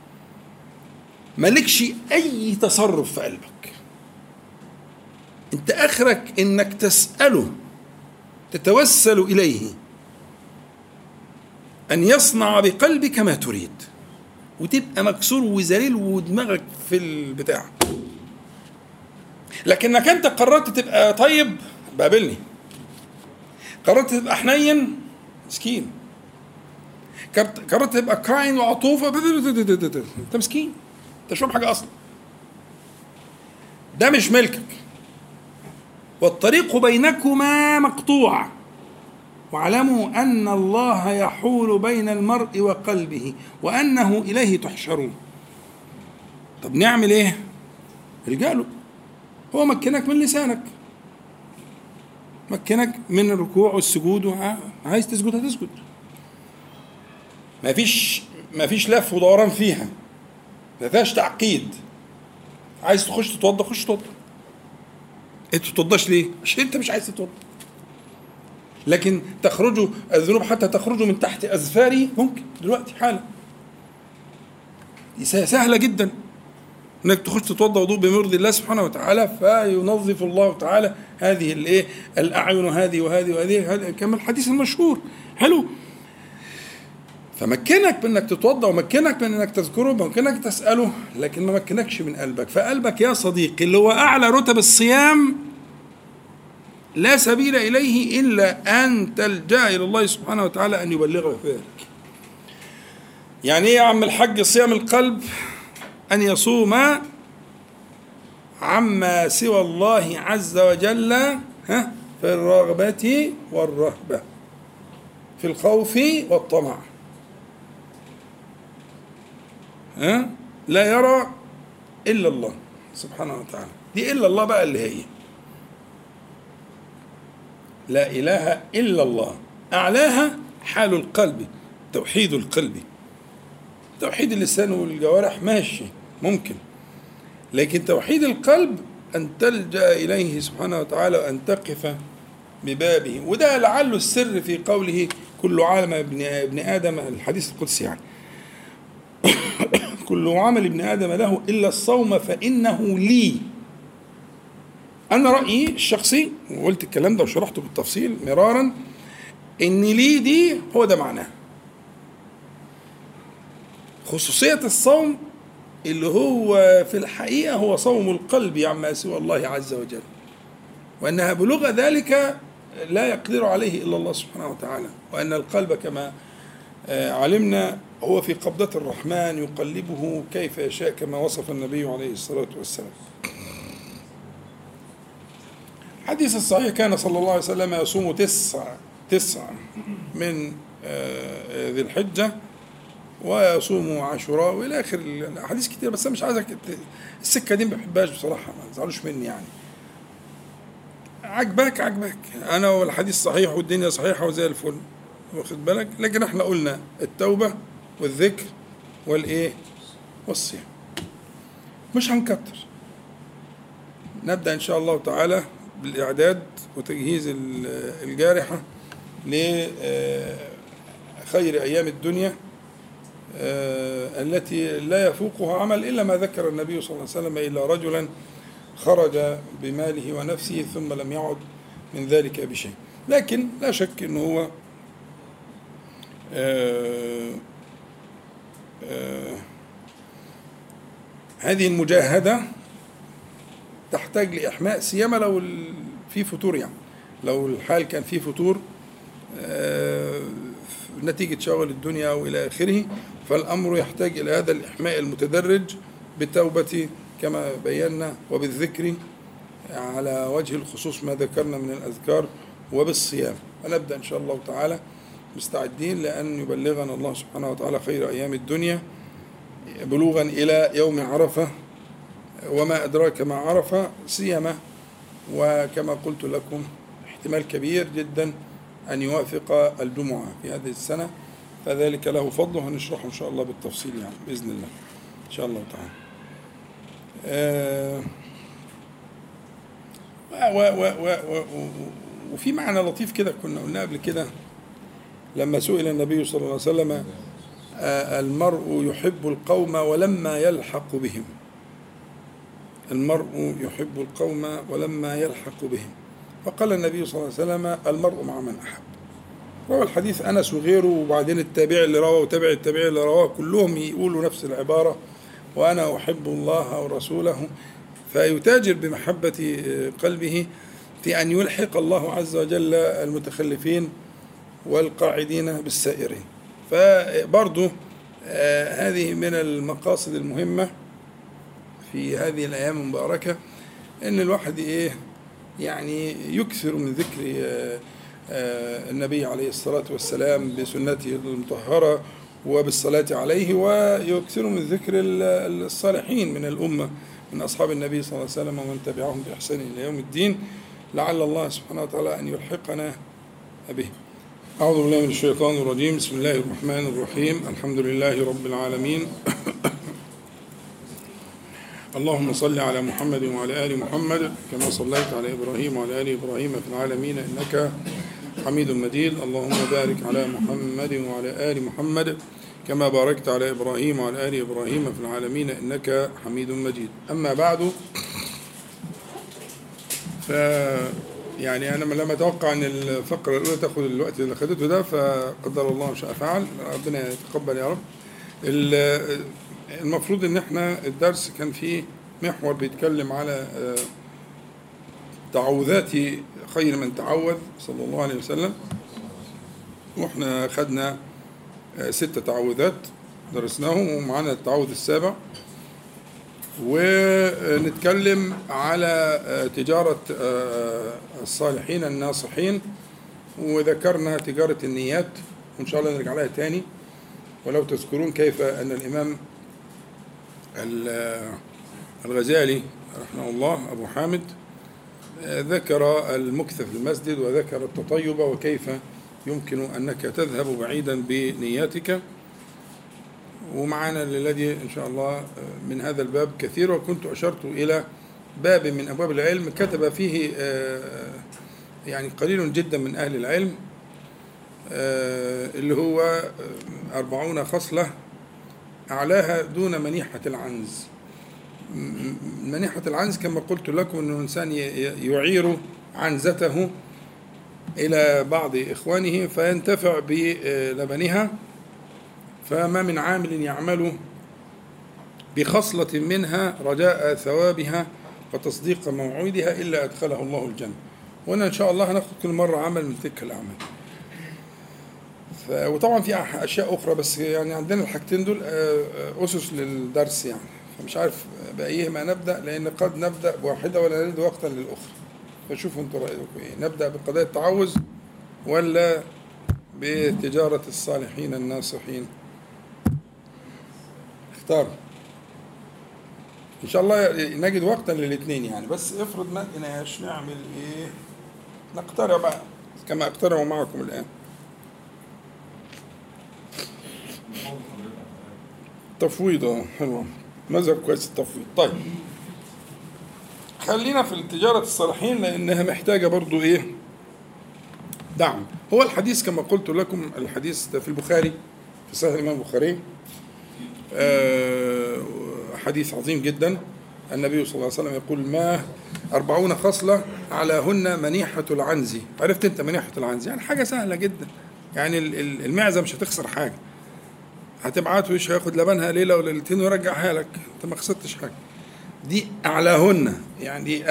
مالكش أي تصرف في قلبك، أنت آخرك إنك تسأله، تتوسل إليه أن يصنع بقلبك ما تريد، وتبقى مكسور وذليل ودماغك في البتاع. لكنك انت قررت تبقى طيب بقابلني، قررت تبقى حنين مسكين، قررت تبقى كاين وعطوفة انت مسكين، انت مش فاهم حاجة اصلا. ده مش ملكك، والطريق بينكما مقطوع، واعلموا أن الله يحول بين المرء وقلبه وأنه إليه تحشرون. طب نعمل إيه؟ الجأ له. هو مكنك من لسانك، مكنك من الركوع والسجود، عايز تسجد هتسجد، ما فيش ما فيش لف ودوران فيها، ما فيهاش تعقيد. عايز تخش تتوضى خش تتوضى. انت تتوضاش ليه؟ عشان انت مش عايز تتوضى. لكن تخرجوا الذنوب حتى تخرجوا من تحت أظفاري ممكن دلوقتي حالا، دي سهلة جدا انك تخش تتوضا وضوء بمرضي الله سبحانه وتعالى، فينظف الله تعالى هذه الايه الأعين وهذه وهذه وهذه كما الحديث المشهور. حلو. فمكنك بانك تتوضا ومكنك من انك تذكره ومكنك تسأله، لكن ما مكنكش من قلبك. فقلبك يا صديقي اللي هو أعلى رتب الصيام لا سبيل إليه إلا أن تلجأ إلى الله سبحانه وتعالى أن يبلغك ذلك. يعني إيه يا عم الحج صيام القلب؟ أن يصوم عما سوى الله عز وجل ها في الرغبة والرهبة، في الخوف والطمع، ها لا يرى إلا الله سبحانه وتعالى. دي إلا الله بقى اللي هي لا إله إلا الله، أعلاها حال القلب، توحيد القلب. توحيد اللسان والجوارح ماشي ممكن، لكن توحيد القلب أن تلجأ إليه سبحانه وتعالى وأن تقف ببابه. وده لعله السر في قوله كل عالم ابن ابن آدم، الحديث القدسي يعني كل عمل ابن آدم له إلا الصوم فإنه لي. أنا رأيي الشخصي وقلت الكلام ده وشرحته بالتفصيل مرارا، إن لي دي هو ده معناه. خصوصية الصوم اللي هو في الحقيقة هو صوم القلب عما سوى الله عز وجل، وأنها بلغ ذلك لا يقدر عليه إلا الله سبحانه وتعالى، وأن القلب كما علمنا هو في قبضة الرحمن يقلبه كيف يشاء كما وصف النبي عليه الصلاة والسلام. حديث الصحيح كان صلى الله عليه وسلم يصوم تسع تسع من ذي الحجة ويصوم عاشوراء وإلى آخر الأحاديث كتير، بس أنا مش عايزك السكة دي ما بحبهاش بصراحة، ما تزعلوش مني يعني. عجبك عجبك أنا والحديث صحيح والدنيا صحيحة وزي الفل، واخد بالك؟ لكن احنا قلنا التوبة والذكر والإيه والصيام، مش هنكتر. نبدأ إن شاء الله تعالى بالإعداد وتجهيز الجارحة لخير أيام الدنيا التي لا يفوقها عمل إلا ما ذكر النبي صلى الله عليه وسلم، إلا رجلا خرج بماله ونفسه ثم لم يعد من ذلك بشيء. لكن لا شك أنه هو آآ آآ هذه المجاهدة تحتاج لإحماء، سيما لو في فطور، يعني لو الحال كان فيه فطور نتيجة شغل الدنيا وإلى آخره، فالأمر يحتاج إلى هذا الإحماء المتدرج بالتوبة كما بينا، وبالذكر على وجه الخصوص ما ذكرنا من الأذكار، وبالصيام. ونبدأ إن شاء الله تعالى مستعدين لأن يبلغنا الله سبحانه وتعالى خير أيام الدنيا بلوغا إلى يوم عرفة وما أدراك ما عرفة، سيما وكما قلت لكم احتمال كبير جدا أن يوافق الجمعة في هذه السنة، فذلك له فضله، هنشرحه إن شاء الله بالتفصيل يعني بإذن الله إن شاء الله تعالى. آه و و و و وفي معنى لطيف كده كنا قلنا قبل كده لما سئل النبي صلى الله عليه وسلم آه المرء يحب القوم ولما يلحق بهم، المرء يحب القوم ولما يلحق بهم، فقال النبي صلى الله عليه وسلم المرء مع من أحب. روى الحديث أنس وغيره، وبعدين التابع اللي رواه وتابع التابع اللي رواه كلهم يقولوا نفس العبارة، وأنا أحب الله ورسوله، فيتاجر بمحبة قلبه في أن يلحق الله عز وجل المتخلفين والقاعدين بالسائرين. فبرضه آه هذه من المقاصد المهمة في هذه الأيام المباركة، أن الواحد إيه يعني يكثر من ذكر آه آه النبي عليه الصلاة والسلام بسنته المطهرة وبالصلاة عليه، ويكثر من ذكر الصالحين من الأمة من أصحاب النبي صلى الله عليه وسلم ومن تبعهم بإحسان إلى يوم الدين، لعل الله سبحانه وتعالى أن يلحقنا به. أعوذ بالله من الشيطان الرجيم، بسم الله الرحمن الرحيم، الحمد لله رب العالمين. اللهم صل على محمد وعلى آل محمد كما صليت على إبراهيم وعلى آل إبراهيم في العالمين إنك حميد مجيد. اللهم بارك على محمد وعلى آل محمد كما باركت على إبراهيم وعلى آل إبراهيم في العالمين إنك حميد مجيد. أما بعد، ف يعني أنا لما أتوقع أن الفقرة الأولى تأخذ الوقت اللي أخذته ده، فقدر الله ما شاء فعل، ربنا يتقبل يا رب. المفروض أن احنا الدرس كان فيه محور بيتكلم على تعوذات خير من تعوذ صلى الله عليه وسلم، واحنا خدنا ست تعوذات درسناهم ومعنا التعوذ السابع، ونتكلم على تجارة الصالحين الناصحين، وذكرنا تجارة النيات، وإن شاء الله نرجع لها تاني. ولو تذكرون كيف أن الإمام الغزالي رحمه الله أبو حامد ذكر المكث في المسجد وذكر التطيب، وكيف يمكن أنك تذهب بعيدا بنياتك. ومعنا الذي إن شاء الله من هذا الباب كثير، وكنت أشرت إلى باب من أبواب العلم كتب فيه يعني قليل جدا من أهل العلم، اللي هو أربعون خصلة أعلاها دون منيحة العنز. منيحة العنز كما قلت لكم أن الإنسان يعير عنزته إلى بعض إخوانه فينتفع بلبنها، فما من عامل يعمل بخصلة منها رجاء ثوابها وتصديق موعودها إلا أدخله الله الجنة. وأنا إن شاء الله هناخد كل مرة عمل من تلك الأعمال. وطبعا في أشياء أخرى، بس يعني عندنا الحاجتين دول أسس للدرس يعني، فمش عارف بأيهما نبدأ، لأن قد نبدأ بواحدة ولا نجد وقتا للأخرى. فشوفوا انتوا رأيكم إيه، نبدأ بقضايا التعوذ ولا بتجارة الصالحين الناصحين؟ اختار. إن شاء الله نجد وقتا للاثنين يعني، بس افرض ما لقيناش نعمل إيه؟ نقترع بقى كما أقترع معكم الآن. تفويض، اه حلوة، مذهب كويس التفويض. طيب خلينا في التجارة الصالحين لأنها محتاجة برضو إيه؟ دعم. هو الحديث كما قلت لكم، الحديث في البخاري في صحيح الإمام البخاري، آه حديث عظيم جدا. النبي صلى الله عليه وسلم يقول: ما أربعون خصلة علىهن منيحة العنز. عرفت أنت منيحة العنز؟ يعني حاجة سهلة جدا، يعني المعزة مش هتخسر حاجة، هتبعته ايش هياخد لبنها ليلة ولا ليلتين ويرجعها لك، انت ما خسرتش حاجة. دي أعلاهن، يعني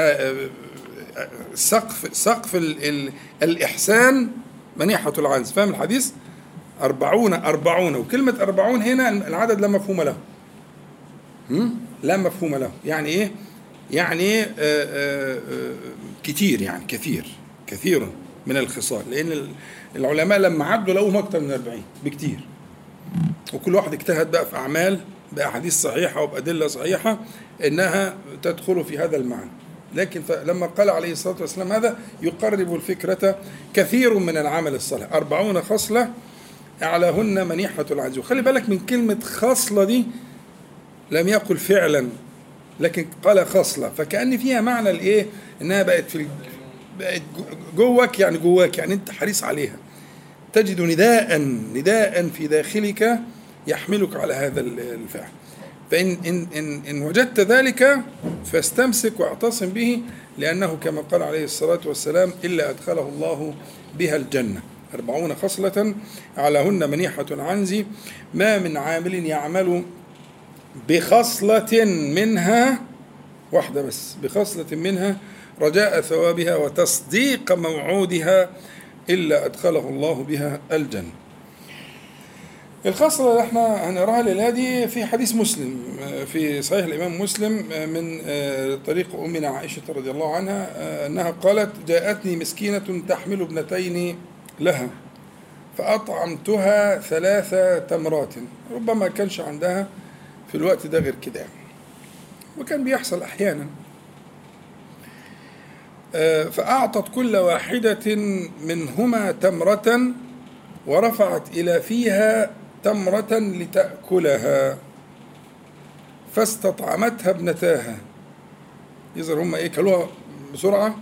سقف سقف ال ال الإحسان منيحة العنز. فاهم الحديث؟ أربعون أربعون، وكلمة أربعون هنا العدد لا مفهوم له، لا مفهوم له. يعني إيه؟ يعني آآ آآ كتير، يعني كثير كثير من الخصال، لأن العلماء لما عدوا لقوهم أكثر من أربعين بكتير، وكل واحد اجتهد بقى في أعمال بأحاديث صحيحة وبأدلة صحيحة إنها تدخل في هذا المعنى. لكن لما قال عليه الصلاة والسلام هذا يقرب الفكرة كثير من العمل الصالح. أربعون خصلة أعلاهن منيحة العنز. وخلي بالك من كلمة خصلة دي، لم يقل فعلا لكن قال خصلة، فكأن فيها معنى الإيه؟ إنها بقت في بقت جواك، يعني جواك، يعني أنت حريص عليها، تجد نداء نداء في داخلك يحملك على هذا الفعل. فإن إن إن إن وجدت ذلك فاستمسك واعتصم به، لأنه كما قال عليه الصلاة والسلام: إلا أدخله الله بها الجنة. أربعون خصلة علىهن منيحة العنز، ما من عامل يعمل بخصلة منها، واحدة بس، بخصلة منها رجاء ثوابها وتصديق موعودها إلا أدخله الله بها الجنة. الخصلة اللي احنا هنقراها ليلة دي في حديث مسلم في صحيح الإمام مسلم من طريق أمنا عائشة رضي الله عنها أنها قالت: جاءتني مسكينة تحمل ابنتين لها فأطعمتها ثلاث تمرات. ربما كانش عندها في الوقت ده غير كده، وكان بيحصل أحيانا. فأعطت كل واحدة منهما تمرة ورفعت إلى فيها تمرة لتأكلها، فاستطعمتها ابنتاها. يظهر هم إيه كلوها بسرعة،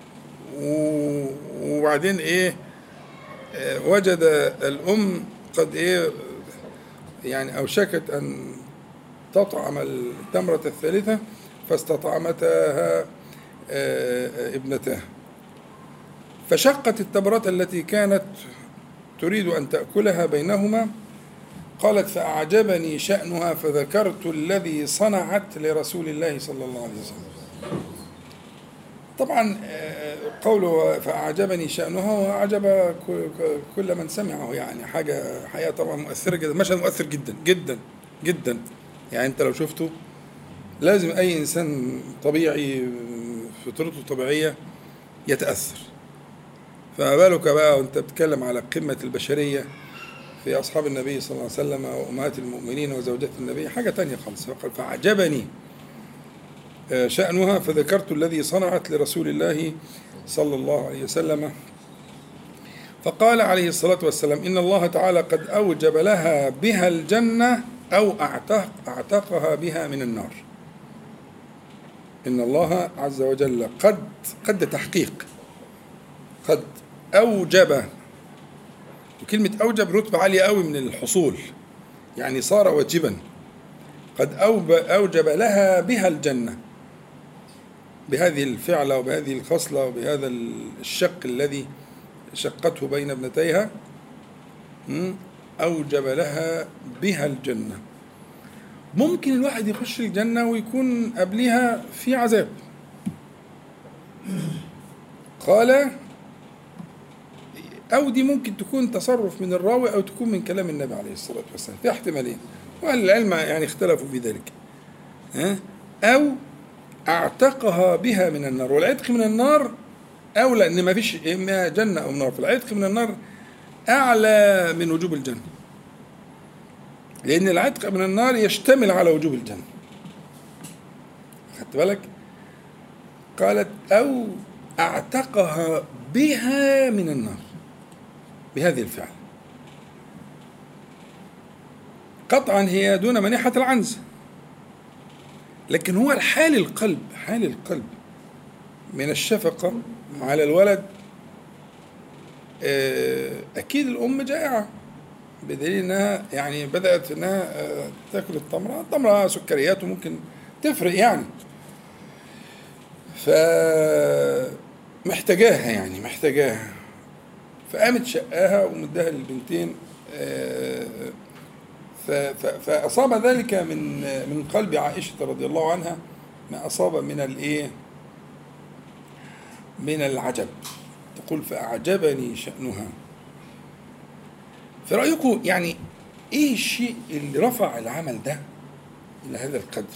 وبعدين إيه وجد الأم قد إيه يعني أوشكت أن تطعم التمرة الثالثة، فاستطعمتها ابنتها، فشقت التمرة التي كانت تريد أن تأكلها بينهما. قالت: فأعجبني شأنها فذكرت الذي صنعت لرسول الله صلى الله عليه وسلم. طبعا قوله فأعجبني شأنها وأعجب كل من سمعه، يعني حاجة حقيقة طبعا مؤثرة جدا، مشهد مؤثر جدا جدا جدا. يعني أنت لو شفته لازم أي إنسان طبيعي فطرته طبيعية يتأثر، فما بالك بقى وأنت بتتكلم على قمة البشرية في أصحاب النبي صلى الله عليه وسلم وأمهات المؤمنين وزوجات النبي، حاجة تانية خالص. فقال: فأعجبني شأنها فذكرت الذي صنعت لرسول الله صلى الله عليه وسلم. فقال عليه الصلاة والسلام: إن الله تعالى قد أوجب لها بها الجنة أو أعتق أعتقها بها من النار. إن الله عز وجل قد قد تحقيق قد أوجب، وكلمة أوجب رتبة عالية قوي من الحصول، يعني صار واجبا، قد أوجب لها بها الجنة، بهذه الفعلة وبهذه الخصلة وبهذا الشق الذي شقته بين ابنتيها، أوجب لها بها الجنة. ممكن الواحد يخش الجنة ويكون قبلها في عذاب. قال أو دي ممكن تكون تصرف من الراوي أو تكون من كلام النبي عليه الصلاة والسلام، في احتمالين، وأهل العلم يعني اختلفوا في ذلك. أو اعتقها بها من النار، والعتق من النار أولى، إن ما فيش إما جنة أو نار، فالعتق من النار أعلى من وجوب الجنة، لأن العتق من النار يشتمل على وجوب الجنة. خدت بالك؟ قالت أو اعتقها بها من النار، بهذه الفعل. قطعا هي دون منيحة العنز، لكن هو الحال القلب، حال القلب من الشفقة على الولد. أكيد الأم جائعة، بدليل أنها يعني بدأت أنها تأكل التمرة، التمرة سكريات وممكن تفرق يعني، فمحتاجاها يعني محتاجاها، فقامت شقاها ومدها للبنتين. فأصاب ذلك من من قلب عائشة رضي الله عنها ما أصاب من الإيه، من العجب. تقول فأعجبني شأنها. في رأيكم يعني إيه الشيء اللي رفع العمل ده إلى هذا القدر؟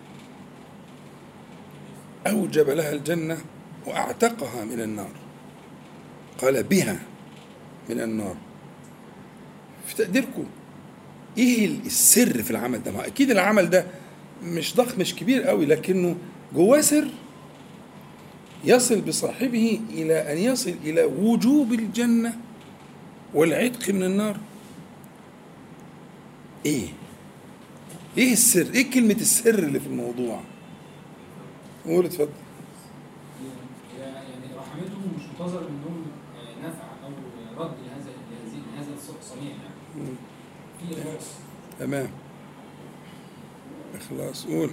أوجب لها الجنة وأعتقها من النار، قال بها من النار. في تقديركم إيه السر في العمل ده؟ ما أكيد العمل ده مش ضخم مش كبير قوي، لكنه جواه سر يصل بصاحبه إلى أن يصل إلى وجوب الجنة والعتق من النار. إيه؟ إيه السر؟ إيه كلمة السر اللي في الموضوع؟ قول اتفضل. يعني رحمتهم مش منتظر منهم نفع أو رد لهذا لهذا الصنيع يعني. في إخلاص. تمام. إخلاص. قول.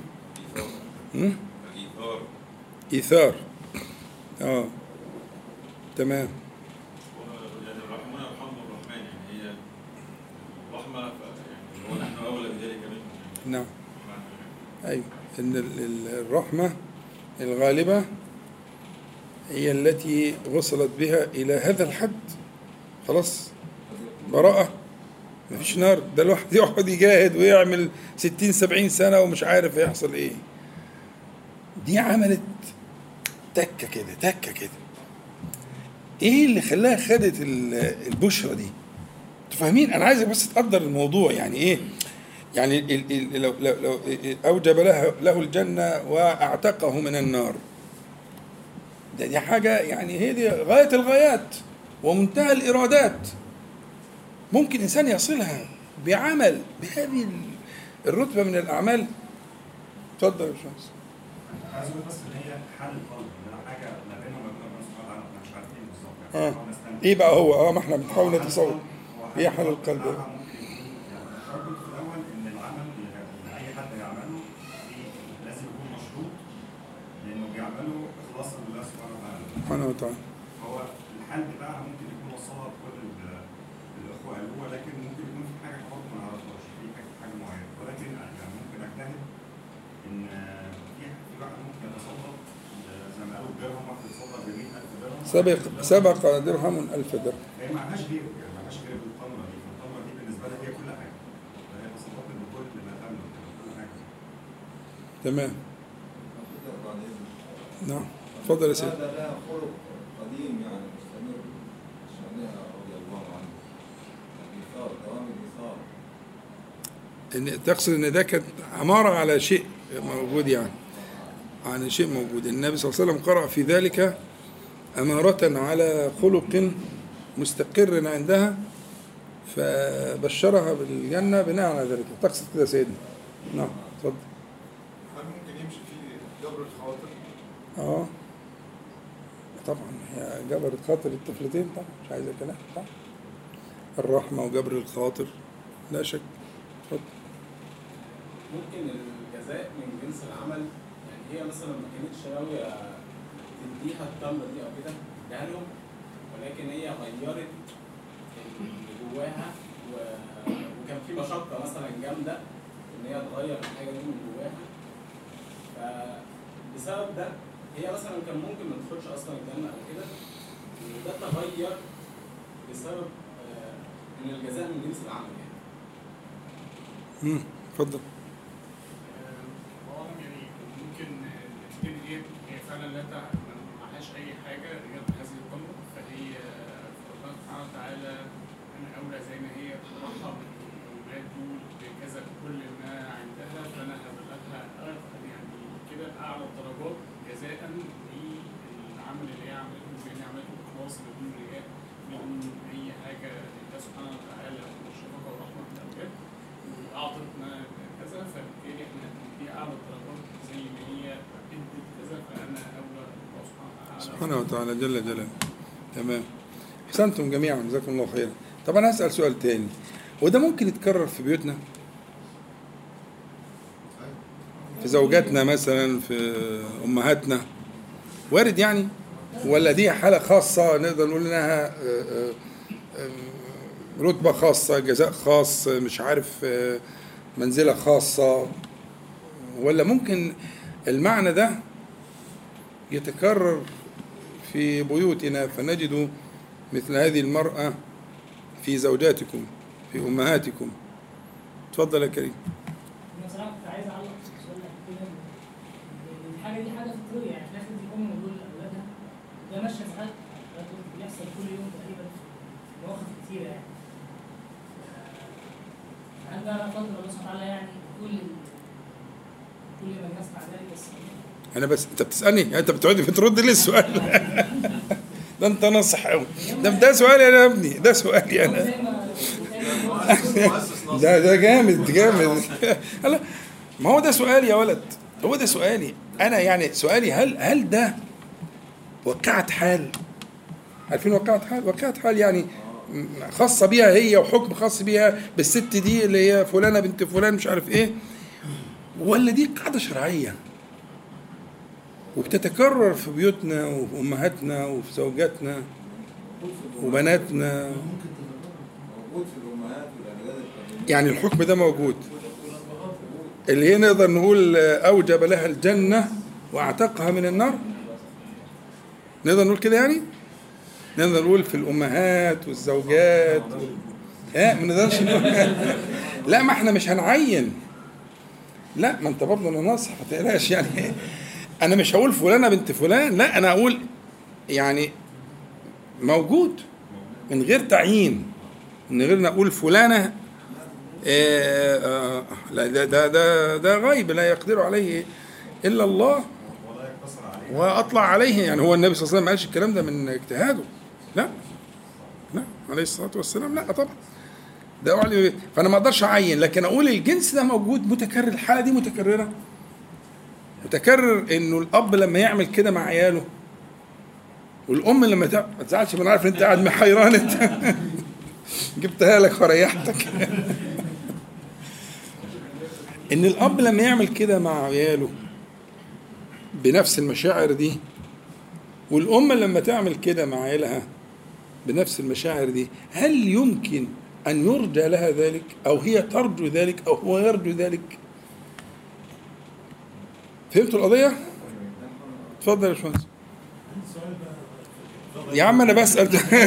إيثار. إيثار. آه. تمام. يعني الرحمن يرحم الرحمن، يعني هي رحمة يعني هو نحن أولى بذلك منه. نعم. أيوة. إن الرحمة الغالبة هي التي وصلت بها إلى هذا الحد، خلاص براءة، ما فيش نار. ده الواحد يقعد يجاهد ويعمل ستين سبعين سنة ومش عارف يحصل إيه. دي عملت تكة كده تكة كده. إيه اللي خلاها خدت البشرة دي؟ تفهمين؟ أنا عايزك بس تقدر الموضوع يعني إيه. يعني لو لو لو أوجب له له الجنة وأعتقه من النار، ده دي حاجة يعني هي دي غاية الغايات ومنتهى الإرادات. ممكن إنسان يصلها بعمل بهذه الرتبة من الأعمال. اتفضل يا باشمهندس. عايز أقول بس إن هي حال القلب، إن حاجة ما بيننا وما بين ربنا سبحانه وتعالى إحنا مش عارفين بالظبط. آه. إيه بقى هو؟ آه ما إحنا بنحاول نتصور. إيه حال القلب؟ قلت في الأول إن العمل اللي أي حد يعمله لازم يكون مشروط، لأنه بيعمله إخلاصا لله سبحانه وتعالى. سبحانه وتعالى. هو الحل بتاعها ممكن يكون وصلها بكل الأخوة قالوها، لكن ممكن يكون في حاجة برضه ما نعرفهاش، في حاجة معينة، ولكن يعني ممكن أجتهد إن في في واحد ممكن يتصدق زي ما قالوا الدرهم، واحد يتصدق ب مئة ألف درهم. سبق سبق درهم ألف درهم. هي ما عندهاش غير يعني ما عندهاش غير الطمرة دي، فالطمرة دي بالنسبة لها هي كل حاجة. فهي تصدقت بكل ما تملك كل حاجة. تمام. نعم. اتفضل يا سيدي. هذا لها خلق قديم يعني مستمر شأنها رضي الله عنه، الإيثار، دوام الإيثار. إن تقصد إن ده كانت عمارة على شيء موجود يعني، عن شيء موجود. النبي صلى الله عليه وسلم قرأ في ذلك أمارة على خلق مستقر عندها فبشرها بالجنة بناء على ذلك. تقصد كده سيدنا. نعم اتفضل. هل ممكن يمشي في جبر الخواطر؟ اه طبعا هي جبر خاطر الطفلتين طبعا، مش عايزة كلام طبعا. الرحمة وجبر الخاطر لا شك. اتفضل. ممكن الجزاء من جنس العمل، يعني هي مثلا ما كانتش ناويه تديها التمره دي او كده اديها لهم، ولكن هي غيرت اللي جواها وكان في مشقه مثلا جامده ان هي تغير الحاجه دي من جواها. فبسبب ده هي مثلا كان ممكن ما تدخلش اصلا الجنه او كده، وده تغير بسبب ان الجزاء من جنس العمل يعني. امم اتفضل. هو يعني ممكن النتيجه دي هي فعلا لا ما معهاش اي حاجه غير هذه القمه، فهي ربنا سبحانه وتعالى انا اولى زي ما هي ترحب بالاولاد دول بكذا كل ما عندها، فانا هبلغها يعني كده اعلى الدرجات جزاء للعمل اللي هي عملته، بان هي عملته باخلاص بدون رياء بدون اي حاجه لله سبحانه وتعالى والشفقه والرحمه في الاولاد، واعطتنا كذا، فبالتالي احنا دي اعلى الدرجات زي ما هي ادت كذا، فانا اولى الله سبحانه وتعالى سبحانه وتعالى جل جلاله. تمام، احسنتم جميعا جزاكم الله خيرا. طب انا هسأل سؤال تاني، وده ممكن يتكرر في بيوتنا؟ في زوجاتنا مثلا، في امهاتنا، وارد يعني؟ ولا دي حالة خاصة نقدر نقول انها رتبة خاصة، جزاء خاص، مش عارف منزلة خاصة؟ ولا ممكن المعنى ده يتكرر في بيوتنا فنجد مثل هذه المرأة في زوجاتكم في أمهاتكم؟ تفضل يا كريم. أنا بصراحة كنت عايز أعلق سؤال كده، إن الحاجة دي حاجة فطرية، يعني في الآخر دي أم ودول أولادها، ده ماشية ساعات بيحصل كل يوم تقريبا في مواقف كتيرة يعني. هل ده قدر الله سبحانه وتعالى يعني كل كل من يسمع ذلك الصحيح؟ أنا بس أنت بتسألني يعني أنت بتقعد بترد لي السؤال ده أنت ناصح قوي. ده ده سؤالي أنا يا ابني، ده سؤالي أنا. ده ده جامد جامد. لا ما هو ده سؤالي يا ولد، هو ده سؤالي أنا. يعني سؤالي هل هل ده وقعت حال؟ عارفين وقعت حال؟ وقعت حال يعني خاصة بيها هي وحكم خاص بيها بالست دي اللي هي فلانة بنت فلان مش عارف إيه، ولا دي قاعدة شرعية وبتتكرر في بيوتنا وفي أمهاتنا وفي زوجاتنا وبناتنا؟ موجود في الأمهات والأجداد القديمين. يعني الحكم ده موجود، اللي هي نقدر نقول أوجب لها الجنة وأعتقها من النار، نقدر نقول كده يعني؟ نقدر نقول في الأمهات والزوجات و... اه ما نقدرش نقول لا ما احنا مش هنعين، لا ما انت برضه انا ناصح ما تقلقش يعني. انا مش هقول فلانة بنت فلان، لا انا اقول يعني موجود من غير تعيين، من غير نقول فلانة آه آه لا ده ده ده ده غيب لا يقدر عليه الا الله واطلع عليه. يعني هو النبي صلى الله عليه وسلم ما قالش الكلام ده من اجتهاده، لا لا عليه الصلاه والسلام، لا طبعا ده أعلم. فانا ما اقدرش اعين، لكن اقول الجنس ده موجود متكرر، الحاله دي متكرره متكرر، انه الاب لما يعمل كده مع عياله والام لما تعمل، ما تزعلش من عارف انت قاعد محيران انت جبتها لك وريحتك ان الاب لما يعمل كده مع عياله بنفس المشاعر دي، والام لما تعمل كده مع عيالها بنفس المشاعر دي، هل يمكن ان يرجى لها ذلك او هي ترجو ذلك او هو يرجو ذلك؟ فهمتوا القضيه؟ اتفضل يا باشمهندس. يا عم انا بسال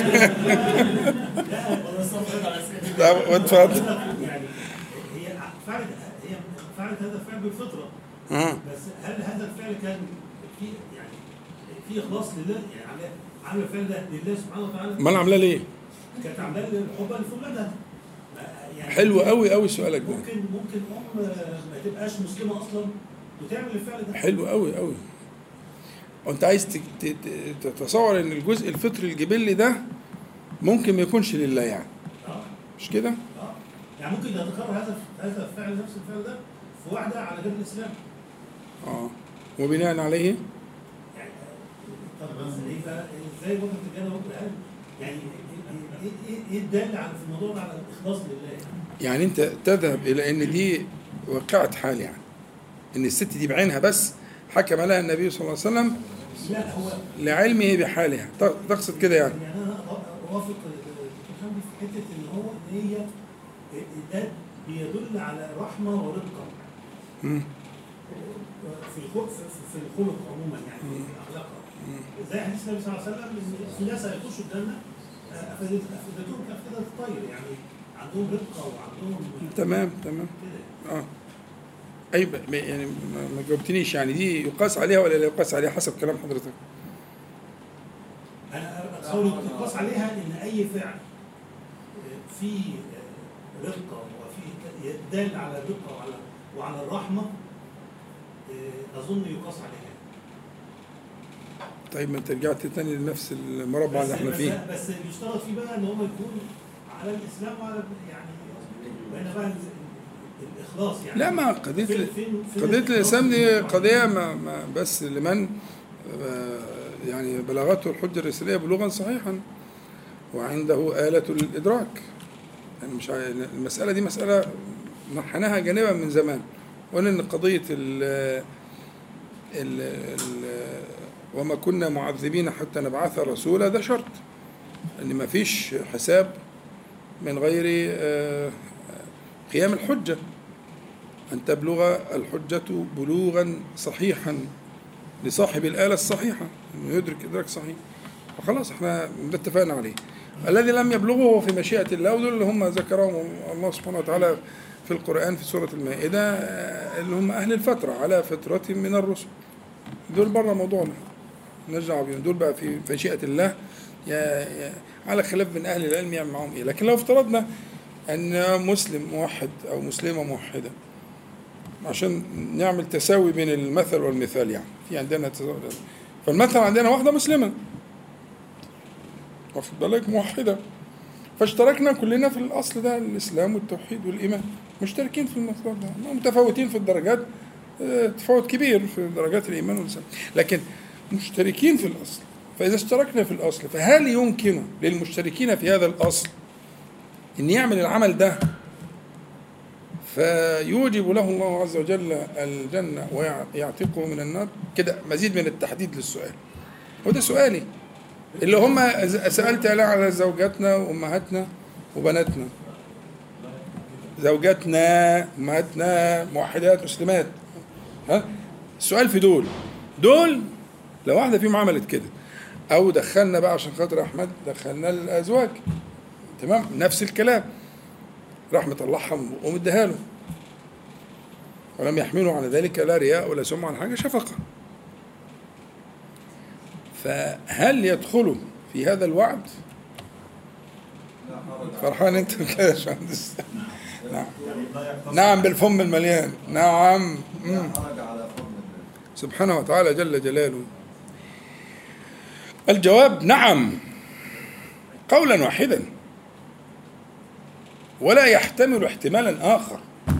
اتفضل. يعني هي فعلت هي فعلت هذا الفعل بالفطره، اه بس هل هذا الفعل كان في يعني في اخلاص لله؟ يعني عامله الفعل ده لله سبحانه وتعالى؟ امال عاملاه ليه؟ كانت عاملاه حبا لفلانها. يعني حلو قوي قوي سؤالك ده. ممكن ممكن ام ما تبقاش مسلمه اصلا وتعمل الفعل ده. حلو قوي قوي. وانت عايز تتصور ان الجزء الفطري الجبلي ده ممكن ما يكونش لله يعني. اه مش كده؟ اه يعني ممكن يتكرر هذا هذا الفعل نفس الفعل ده في واحده على غير الاسلام. اه وبناء عليه يعني طب ازاي ممكن تتجنب ممكن يعني ايه ايه الدال على في الموضوع ده على الاخلاص لله؟ يعني انت تذهب الى ان دي واقعة حال يعني إن الست دي بعينها بس حكم لها النبي صلى الله عليه وسلم لا هو لعلمه بحالها. تقصد كده يعني؟ يعني انا اوافق الدكتور حمدي في حته ان هو ان هي ده بيدل على رحمه ورقه مم. في الخلق في الخلق عموما يعني في الاخلاق. زي حديث النبي صلى الله عليه وسلم ان في ناس هيخشوا الجنه افادتهم كافئده الطير، يعني عندهم رقه وعندهم تمام تمام كده. اه اي يعني ما جاوبتنيش، يعني دي يقاس عليها ولا لا يقاس عليها حسب كلام حضرتك؟ انا اتصور يقاس عليها ان اي فعل فيه رقه وفيه يدل على الرقه وعلى وعلى الرحمه اظن يقاس عليها. طيب ما انت رجعت تاني لنفس المربع اللي احنا فيه. بس بيشترط فيه بقى ان هو يكون على الاسلام وعلى يعني وهنا بقى الاخلاص يعني. لا ما قضيه قضيه الاسلام دي قضيه ما, ما بس لمن يعني بلغته الحجه الرساليه بلوغا صحيحا وعنده آلة الادراك. يعني مش المساله دي مساله نحناها جانبا من زمان، وقلنا ان قضيه ال ال ال وما كنا معذبين حتى نبعث رسولا ده شرط، ان ما فيش حساب من غير قيام الحجة، أن تبلغ الحجة بلوغا صحيحا لصاحب الآلة الصحيحة أنه يدرك إدراك صحيح، وخلاص احنا اتفقنا عليه. الذي لم يبلغه هو في مشيئة الله، ودول اللي هم ذكرهم الله سبحانه وتعالى في القرآن في سورة المائدة اللي هم أهل الفترة على فترة من الرسل، دول بره موضوعنا نرجع بيهم، دول بقى في مشيئة الله يا يا على خلاف من أهل العلم يعني معهم إيه. لكن لو افترضنا أن مسلم موحد أو مسلمة موحدة عشان نعمل تساوي بين المثل والمثال، يعني في عندنا تساوي، فالمثل عندنا واحدة مسلمة واخد بالك موحدة، فاشتركنا كلنا في الأصل ده الإسلام والتوحيد والإيمان، مشتركين في المثل ده، متفاوتين في الدرجات تفاوت كبير في درجات الإيمان والإسلام، لكن مشتركين في الأصل. فإذا اشتركنا في الأصل فهل يمكن للمشتركين في هذا الأصل أن يعمل العمل ده فيوجب له الله عز وجل الجنة ويعتقه من النار؟ كده مزيد من التحديد للسؤال، وده سؤالي اللي هم سألت على زوجاتنا وأمهاتنا وبناتنا، زوجاتنا أمهاتنا موحدات مسلمات، ها السؤال في دول دول لو واحدة فيهم عملت كده، أو دخلنا بقى عشان خاطر أحمد دخلنا الأزواج، تمام نفس الكلام، راح مطلعها ومديها له ولم يحملوا على ذلك لا رياء ولا سمعة ولا حاجة، شفقة. فهل يدخلوا في هذا الوعد؟ فرحان انت كده يا باشمهندس؟ نعم نعم بالفم المليان، نعم سبحانه وتعالى جل جلاله. الجواب نعم قولا واحدا ولا يحتمل احتمالا آخر.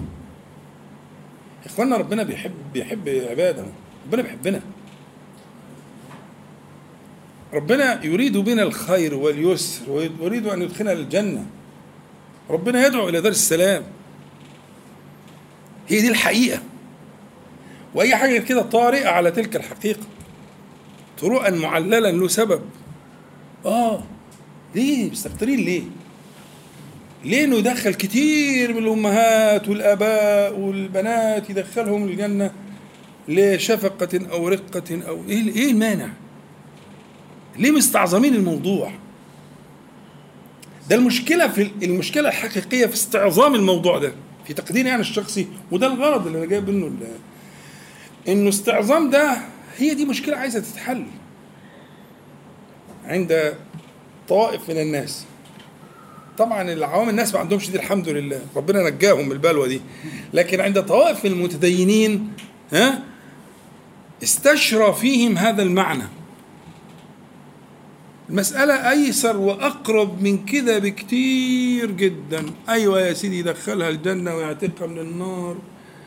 إخواننا ربنا بيحب بيحب عباده، ربنا بيحبنا، ربنا يريد بنا الخير واليسر ويريد أن يدخلنا الجنة، ربنا يدعو إلى دار السلام، هي دي الحقيقة. وأي حاجة كده طارئة على تلك الحقيقة طرقا معللا له سبب. آه ليه مستكترين ليه؟ ليه إنه يدخل كتير من الأمهات والآباء والبنات يدخلهم الجنة لشفقة أو رقة أو إيه إيه المانع؟ ليه مستعظمين الموضوع؟ ده المشكلة في المشكلة الحقيقية في استعظام الموضوع ده في تقديري يعني الشخصي، وده الغرض اللي أنا جايب منه إنه استعظام ده هي دي مشكلة عايزة تتحل عند طوائف من الناس. طبعا العوام الناس ما عندهمش دي الحمد لله، ربنا نجاهم من البلوى دي، لكن عند طوائف المتدينين ها استشرى فيهم هذا المعنى. المسألة أيسر وأقرب من كده بكتير جدا. أيوة يا سيدي دخلها الجنة ويعتقها من النار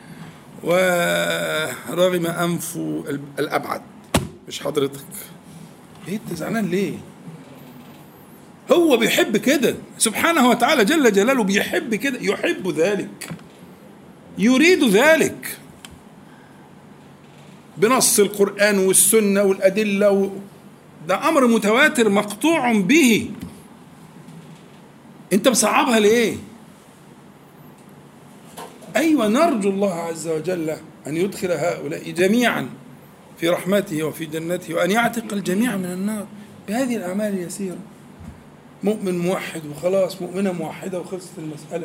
ورغم أنفه الأبعد، مش حضرتك. إيه أنت زعلان ليه؟ هو بيحب كده سبحانه وتعالى جل جلاله، بيحب كده، يحب ذلك. يريد ذلك بنص القرآن والسنة والأدلة و... ده أمر متواتر مقطوع به. أنت مصعبها ليه؟ أيوة نرجو الله عز وجل أن يدخل هؤلاء جميعا في رحمته وفي جنته، وأن يعتق الجميع من النار بهذه الأعمال اليسيرة. مؤمن موحد وخلاص، مؤمنة موحدة وخلصت المسألة،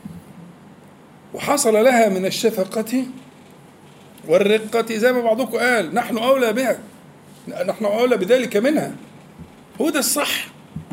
وحصل لها من الشفقة والرقة زي ما بعضكم قال نحن أولى بها، نحن أولى بذلك منها. هو ده الصح،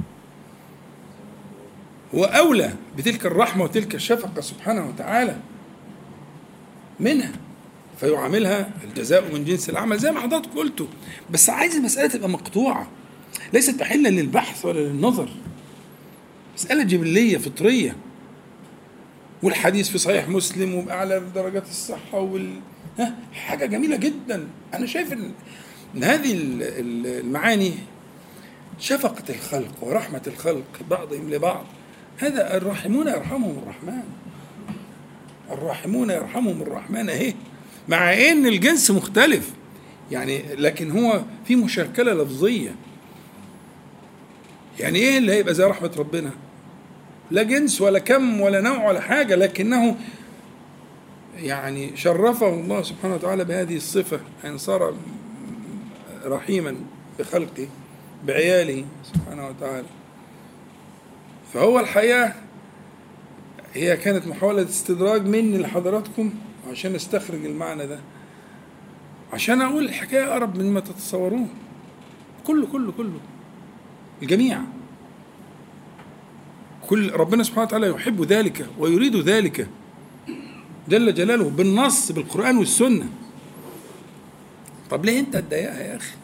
هو أولى بتلك الرحمة وتلك الشفقة سبحانه وتعالى منها، فيعاملها الجزاء من جنس العمل زي ما حضرتك قلتوا. بس عايز المسألة تبقى مقطوعة، ليست محلا للبحث ولا للنظر، مسألة جبلية فطرية. والحديث في صحيح مسلم وبأعلى درجات الصحة وال... ها حاجة جميلة جدا. أنا شايف إن هذه المعاني شفقة الخلق ورحمة الخلق بعضهم لبعض، هذا الراحمون يرحمهم الرحمن، الراحمون يرحمهم الرحمن اهي، مع ان الجنس مختلف يعني، لكن هو في مشاكلة لفظية. يعني ايه اللي هيبقى زي رحمة ربنا؟ لا جنس ولا كم ولا نوع ولا حاجة، لكنه يعني شرفه الله سبحانه وتعالى بهذه الصفة أن صار رحيما بخلقه بعياله سبحانه وتعالى. فهو الحقيقة هي كانت محاولة استدراج مني لحضراتكم عشان استخرج المعنى ده، عشان أقول الحكاية أقرب مما تتصورون. كله كله كله الجميع، كل ربنا سبحانه وتعالى يحب ذلك ويريد ذلك جل جلاله بالنص بالقرآن والسنة. طب ليه أنت تضايقها يا أخي؟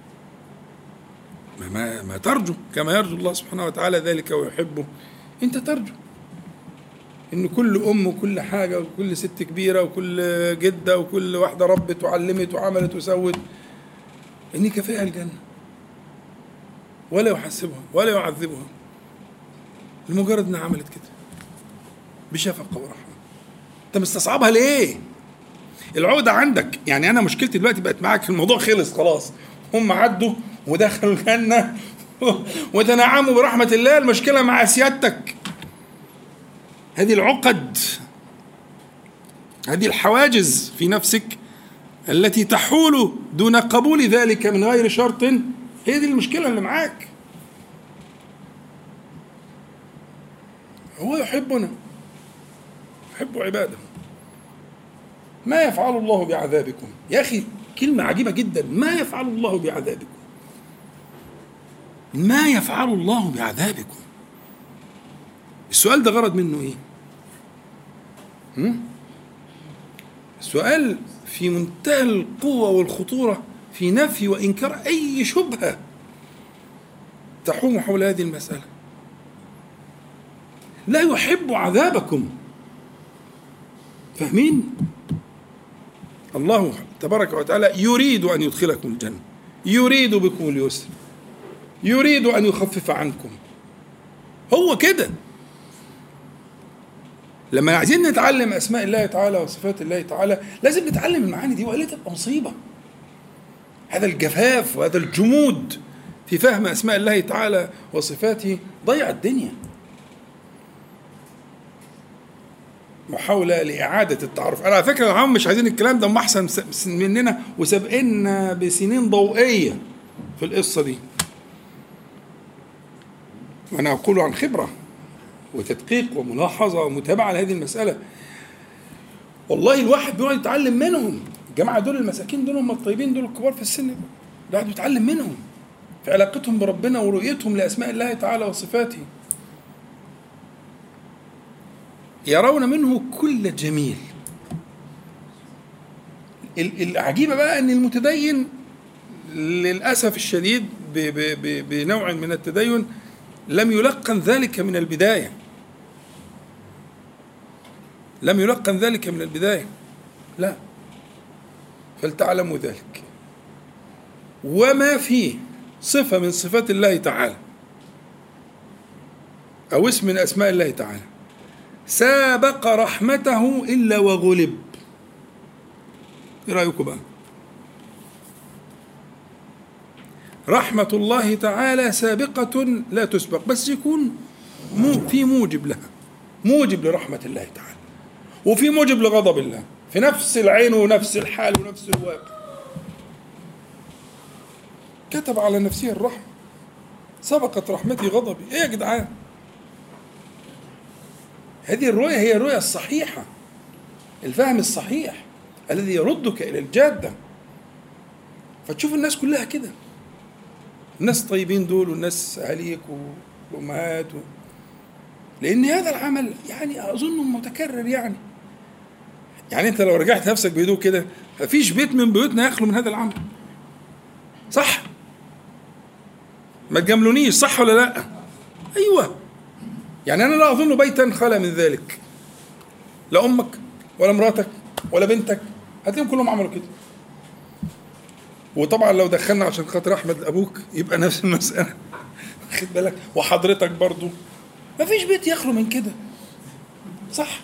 ما, ما ترجو كما يرجو الله سبحانه وتعالى ذلك ويحبه. أنت ترجو إن كل أم وكل حاجة وكل ست كبيرة وكل جدة وكل واحدة ربت وعلمت وعملت وسوت إن كفاها الجنة، ولا يحسبها ولا يعذبها لمجرد إنها عملت كده بشفقة ورحمة. أنت مستصعبها ليه؟ العقدة عندك. يعني أنا مشكلتي دلوقتي بقت معاك، الموضوع خلص خلاص، هم عدوا ودخلوا الجنة وتنعموا برحمة الله. المشكلة مع سيادتك، هذه العقد، هذه الحواجز في نفسك التي تحول دون قبول ذلك من غير شرط، هي دي المشكلة اللي معاك. هو يحبنا، يحب عباده. ما يفعل الله بعذابكم؟ يا أخي كلمة عجيبة جدا، ما يفعل الله بعذابكم؟ ما يفعل الله بعذابكم؟ السؤال ده غرض منه ايه؟ هم؟ السؤال في منتهى القوة والخطورة في نفي وإنكار أي شبهة تحوم حول هذه المسألة. لا يحب عذابكم، فاهمين؟ الله تبارك وتعالى يريد أن يدخلكم الجنة، يريد بكم اليسر، يريد أن يخفف عنكم. هو كده. لما عايزين نتعلم أسماء الله تعالى وصفات الله تعالى لازم نتعلم المعاني دي، وإلا تبقى مصيبة. هذا الجفاف وهذا الجمود في فهم أسماء الله تعالى وصفاته ضيع الدنيا. محاولة لإعادة التعرف. أنا على فكرة العام مش عايزين الكلام ده، هم أحسن مننا وسابقنا بسنين ضوئية في القصة دي، وأنا أقول عن خبرة وتدقيق وملاحظة ومتابعة لهذه المسألة. والله الواحد بيقعد يتعلم منهم. الجماعة دول المساكين دول هم الطيبين دول الكبار في السن، الواحد بيتعلم منهم في علاقتهم بربنا ورؤيتهم لأسماء الله تعالى وصفاته. يرون منه كل جميل. العجيبة بقى أن المتدين للأسف الشديد بنوع من التدين لم يلقن ذلك من البداية، لم يلقن ذلك من البداية، لا. فلتعلموا ذلك. وما فيه صفة من صفات الله تعالى أو اسم من أسماء الله تعالى سابق رحمته إلا وغلب. إيه رأيكم بقى؟ رحمة الله تعالى سابقة لا تسبق، بس يكون مو في موجب لها، موجب لرحمة الله تعالى، وفي موجب لغضب الله في نفس العين ونفس الحال ونفس الواقع. كتب على نفسه الرحمة، سبقت رحمتي غضبي. ايه يا جدعان؟ هذه الرؤية هي الرؤية الصحيحة، الفهم الصحيح الذي يردك إلى الجادة. فتشوف الناس كلها كده، الناس الطيبين دول والناس أهاليك والأمهات و... لأن هذا العمل يعني أظنه متكرر. يعني يعني أنت لو رجعت نفسك بهدوء كده، مفيش بيت من بيوتنا يخلو من هذا العمل، صح؟ ما تجاملونيش، صح ولا لا؟ أيوة. يعني أنا لا أظن بيتا خلا من ذلك، لا أمك ولا مراتك ولا بنتك هتلاقيهم كلهم عملوا كده. وطبعا لو دخلنا عشان خاطر أحمد أبوك يبقى نفس المسألة، خد بالك، وحضرتك برضو مفيش بيت يخلو من كده، صح؟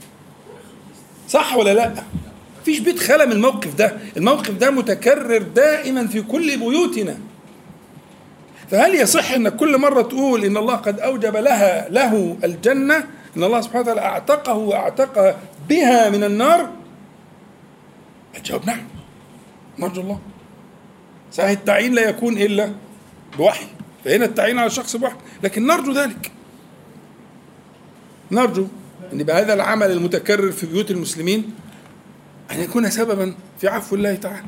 صح ولا لا؟ مفيش بيت خلا من الموقف ده. الموقف ده متكرر دائما في كل بيوتنا. فهل يصح انك كل مرة تقول ان الله قد اوجب لها له الجنة، ان الله سبحانه وتعالى اعتقه واعتق بها من النار؟ الجواب نعم، نرجو الله. صحيح التعيين لا يكون الا بوحي، فهنا التعيين على الشخص بوحي، لكن نرجو ذلك، نرجو ان بهذا العمل المتكرر في بيوت المسلمين ان يكون سببا في عفو الله تعالى،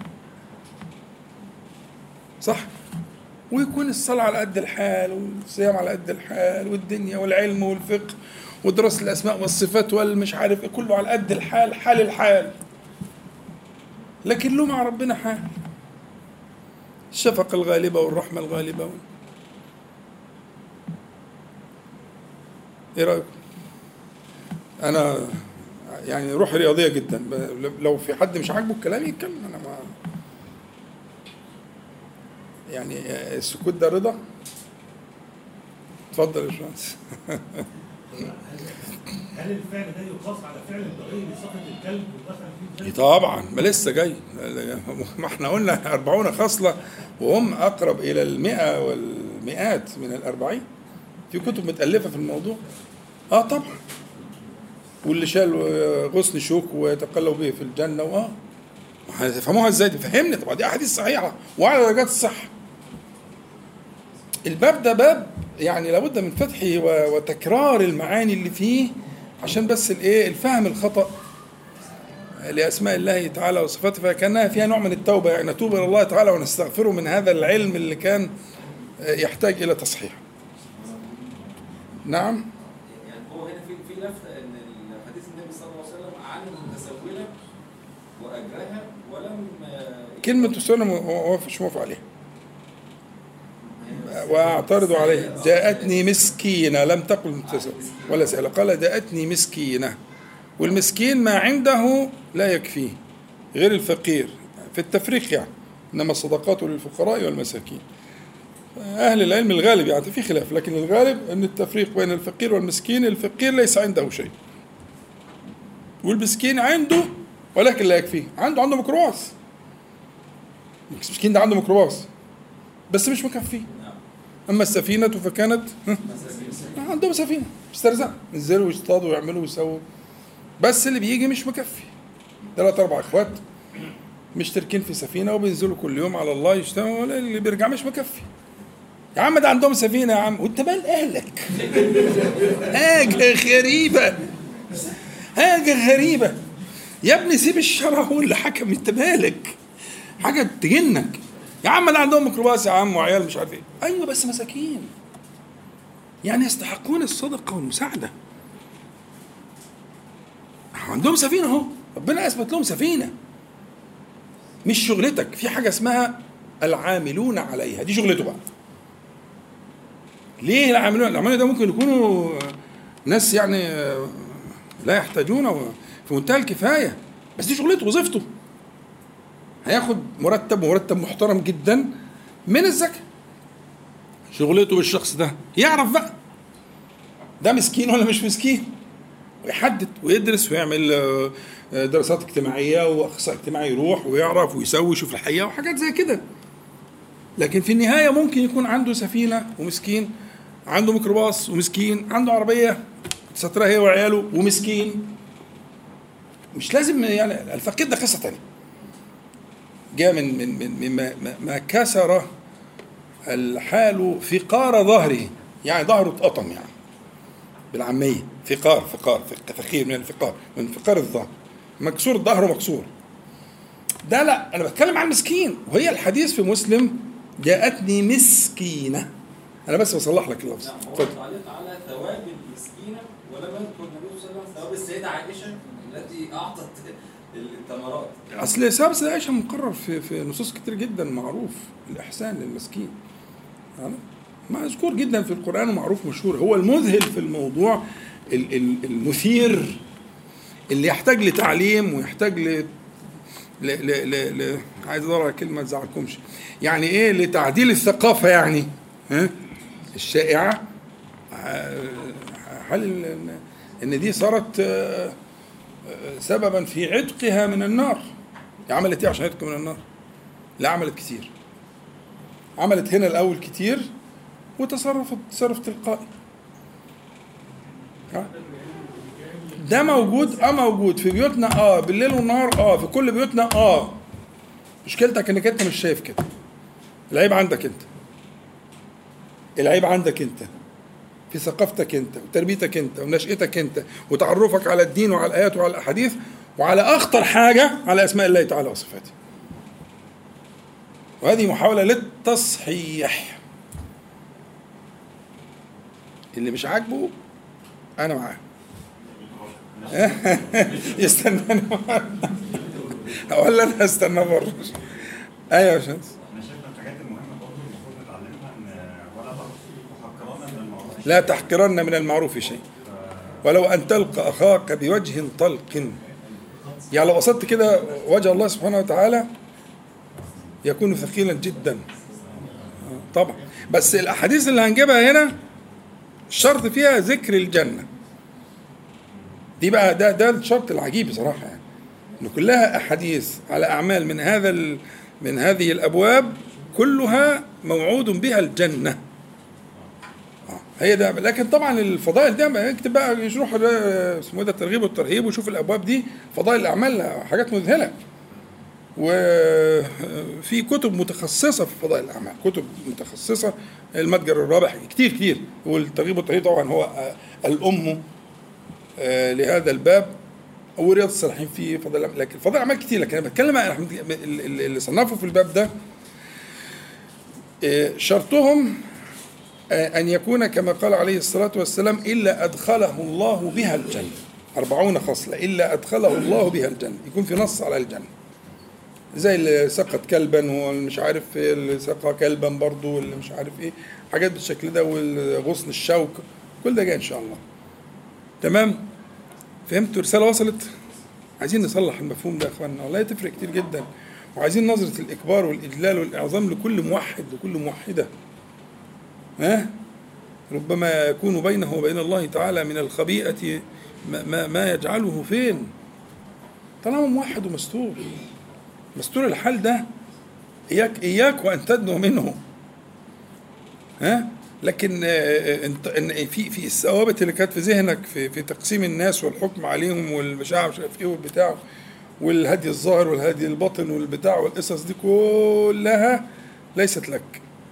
صح؟ ويكون الصلاة على قد الحال، والصيام على قد الحال، والدنيا والعلم والفقه ودراسة الأسماء والصفات والمش عارف كله على قد الحال، حال الحال، لكن له مع ربنا حال، الشفقة الغالبة والرحمة الغالبة. ايه رأيكم؟ أنا يعني روح رياضية جدا، لو في حد مش عاجبه الكلام يتكلم، أنا ما يعني السكوت ده رضا. اتفضل يا باشمهندس. هل الفعل ده يقاس على فعل البغي بصفة الكلب ودخل فيه الجنة؟ طبعا، ما لسه جاي، ما احنا قلنا أربعون خصلة وهم أقرب إلى المئة والمئات من الأربعين، في كتب متألفة في الموضوع. اه طبعا، واللي شال غصن شوك ويتقلب به في الجنة، واه هتفهموها ازاي دي؟ فهمني طبعا، دي أحاديث صحيحة وعلى درجات الصحة. الباب ده باب يعني لابد من فتحه وتكرار المعاني اللي فيه، عشان بس الايه الفهم الخطأ لأسماء الله تعالى وصفاته، فكأنها فيها نوع من التوبة، يعني نتوب إلى الله تعالى ونستغفره من هذا العلم اللي كان يحتاج إلى تصحيح. نعم. يعني هو هنا في في لفتة ان حديث النبي صلى الله عليه وسلم عن المتسولة وأجرها ولم كلمة تسولة هو مش موافق عليها، واعترضوا عليه. جاءتني مسكينة، لم تقل متسولة ولا سألة، قال جاءتني مسكينة، والمسكين ما عنده لا يكفيه غير الفقير في التفريق يعني، إنما الصدقات للفقراء والمساكين. أهل العلم الغالب يعني في خلاف، لكن الغالب أن التفريق بين الفقير والمسكين، الفقير ليس عنده شيء والمسكين عنده ولكن لا يكفيه، عنده عنده ميكروباص، المسكين ده عنده ميكروباص بس مش مكفيه. أما السفينة فكانت عندهم سفينة استرزاق، ينزلوا ويصطادوا ويعملوا ويسووا، بس اللي بيجي مش مكفي. ثلاث أربع إخوات مشتركين في سفينة وبينزلوا كل يوم على الله يشتغلوا، ولا اللي بيرجع مش مكفي. يا عم ده عندهم سفينة يا عم، وانت مال أهلك؟ حاجة غريبة، حاجة غريبة يا ابني، سيب الشرع هو اللي حكم، انت مالك؟ حاجة تجنك. يا عم ده عندهم ميكروباص يا عم وعيال مش عارف ايه، ايوه بس مساكين يعني يستحقون الصدقة والمساعدة. عندهم سفينة اهو، ربنا اثبت لهم سفينة، مش شغلتك. في حاجة اسمها العاملون عليها، دي شغلته بقى. ليه العاملون؟ العاملون ده ممكن يكونوا ناس يعني لا يحتاجون في منتهى الكفاية، بس دي شغلته وظيفته، هياخد مرتب مرتب محترم جدا من الزكاة. شغلته بالشخص ده يعرف بقى ده مسكين ولا مش مسكين، ويحدد ويدرس ويعمل دراسات اجتماعية وأخصائي اجتماعي يروح ويعرف ويسوي يشوف الحقيقة وحاجات زي كده. لكن في النهاية ممكن يكون عنده سفينة ومسكين، عنده ميكروباص ومسكين، عنده عربية سترها هي وعياله ومسكين. مش لازم يعني الفقير ده قصة تانية جاء من من من ما, ما كسر الحال فقار ظهره، يعني ظهره اتقطم يعني بالعامية، فقار فقار فقير من الفقار، من فقار الظهر، مكسور الظهر ومكسور ده. لا أنا بتكلم عن مسكين، وهي الحديث في مسلم جاءتني مسكينة. أنا بس بصلح لك اللفظ. هو تعليق على ثواب المسكينة، ولم يذكر النبي صلى الله عليه وسلم ثواب السيدة عائشة التي أعطت التمرات. أصل ثواب السيدة عائشة مقرر في في نصوص كتير جدا، معروف الإحسان للمسكين يعني مذكور جدا في القرآن ومعروف مشهور. هو المذهل في الموضوع المثير اللي يحتاج لتعليم ويحتاج ل ل ل ل عايز ادور على كلمه ما تزعلكمش، يعني ايه، لتعديل الثقافه يعني ها الشائعه. هل ان دي صارت سببا في عتقها من النار؟ عملت ايه عشان عتق من النار؟ لا عملت كتير، عملت هنا الاول كتير وتصرفت تصرف تلقائي. ده موجود اه موجود في بيوتنا اه بالليل والنهار اه في كل بيوتنا اه. مشكلتك انك انت مش شايف كده. العيب عندك انت، العيب عندك انت في ثقافتك انت وتربيتك انت ونشأتك انت وتعرفك على الدين وعلى الآيات وعلى الأحاديث، وعلى أخطر حاجة على أسماء الله تعالى وصفاته. وهذه محاولة للتصحيح. اللي مش عاجبه أنا معاه يستناني ولا أنا أستنى بره. أيوة يا شمس. أنا شايف من الحاجات المهمة برضه المفروض نتعلمها إن ولا تحقرن من المعروف، لا تحقرن من المعروف شيء ولو أن تلقى أخاك بوجه طلق. يعني لو قصدت كده وجه الله سبحانه وتعالى يكون ثقيلا جدا طبعا. بس الأحاديث اللي هنجيبها هنا الشرط فيها ذكر الجنة دي بقى، ده ده الشرط العجيب بصراحة يعني، إن كلها أحاديث على أعمال من هذا من هذه الأبواب كلها موعود بها الجنة. هي ده. لكن طبعا الفضائل ده يكتب بقى يشرح اسمه ده الترغيب والترهيب ويشوف الأبواب دي فضائل الأعمال حاجات مذهلة. وفي كتب متخصصة في فضائل الأعمال، كتب متخصصة، المتجر الرابح كتير كتير، والترغيب والترهيب طبعا هو الأم لهذا الباب، ورياض الصالحين في فضائل الأعمال. لكن فضائل الأعمال كتير، لكن أنا بتكلم عن اللي صنفوا في الباب ده شرطهم أن يكون كما قال عليه الصلاة والسلام إلا أدخله الله بها الجنة. أربعون خصلة إلا أدخله الله بها الجنة، يكون في نص على الجنة، زي اللي سقط كلبا والمش عارف اللي سقى كلبا برضو واللي مش عارف ايه، حاجات بالشكل ده، والغصن الشوك، كل ده جاي ان شاء الله. تمام؟ فهمتوا الرسالة وصلت؟ عايزين نصلح المفهوم ده يا اخواننا، والله تفرق كتير جدا. وعايزين نظرة الإكبار والإجلال والإعظام لكل موحد لكل موحدة. ها؟ ربما يكون بينه وبين الله تعالى من الخبيئة ما, ما, ما يجعله فين؟ طالما موحد ومستور، مستور الحال ده إياك إياك وأن تدنو منه. ها؟ لكن في في الثوابت اللي كانت في ذهنك في في تقسيم الناس والحكم عليهم والمشاعر مش عارف ايه والبتاع والهدي الظاهر والهدي الباطن والبتاع والقصص دي كلها ليست لك.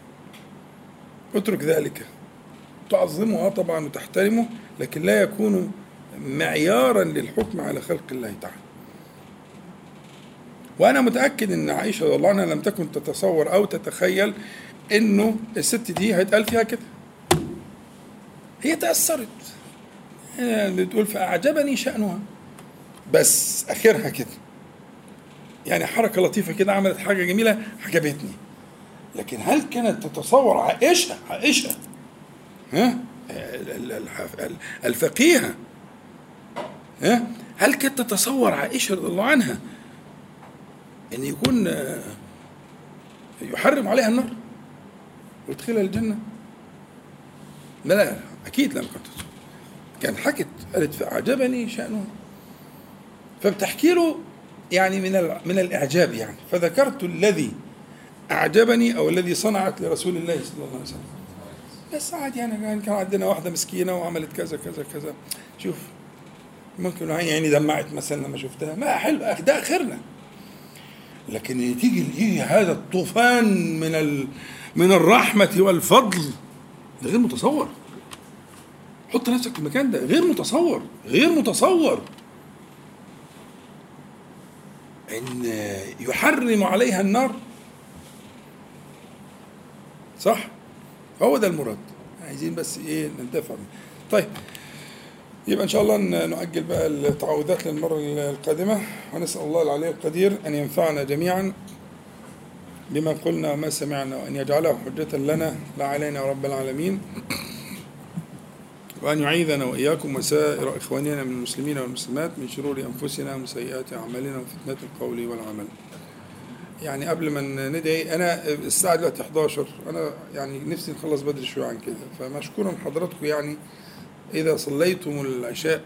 اترك ذلك، تعظمه طبعا وتحترمه، لكن لا يكون معيارا للحكم على خلق الله تعالى. وأنا متأكد أن عائشة رضي الله عنها لم تكن تتصور أو تتخيل أنه الست دي هيتقال فيها كده. هي تأثرت يعني تقول فأعجبني شأنها، بس آخرها كده يعني حركة لطيفة كده، عملت حاجة جميلة عجبتني. لكن هل كانت تتصور عائشة عائشة ها الفقيهة ها هل كانت تتصور عائشة رضي الله عنها أن يكون يحرم عليها النار ويدخلها الجنة؟ لا لا أكيد لم كنت. كان حكت قالت فأعجبني شأنه، فبتحكي له يعني من من الإعجاب يعني، فذكرت الذي أعجبني أو الذي صنعت لرسول الله صلى الله عليه وسلم. بس عادي يعني كان عندنا واحدة مسكينة وعملت كذا كذا كذا، شوف ممكن يعني دمعت مثلا لما شفتها، ما حلو ده آخرنا. لكن تيجي يجي هذا الطوفان من ال من الرحمة والفضل، ده غير متصور. حط نفسك في المكان ده، غير متصور غير متصور إن يحرم عليها النار، صح؟ هو ده المراد، عايزين بس إيه ندفع. طيب يبقى إن شاء الله نؤجل بقى التعوذات للمرة القادمة، ونسأل الله العلي القدير أن ينفعنا جميعا بما قلنا وما سمعنا، وأن يجعله حجة لنا لا علينا رب العالمين، وأن يعيذنا وإياكم وسائر إخواننا من المسلمين والمسلمات من شرور أنفسنا ومن سيئات أعمالنا وفتنة القول والعمل. يعني قبل ما ندعي، أنا الساعة دلوقتي إحدى عشر، أنا يعني نفسي نخلص بدري شوية عن كده، فمشكورا حضراتكم يعني إذا صليتم العشاء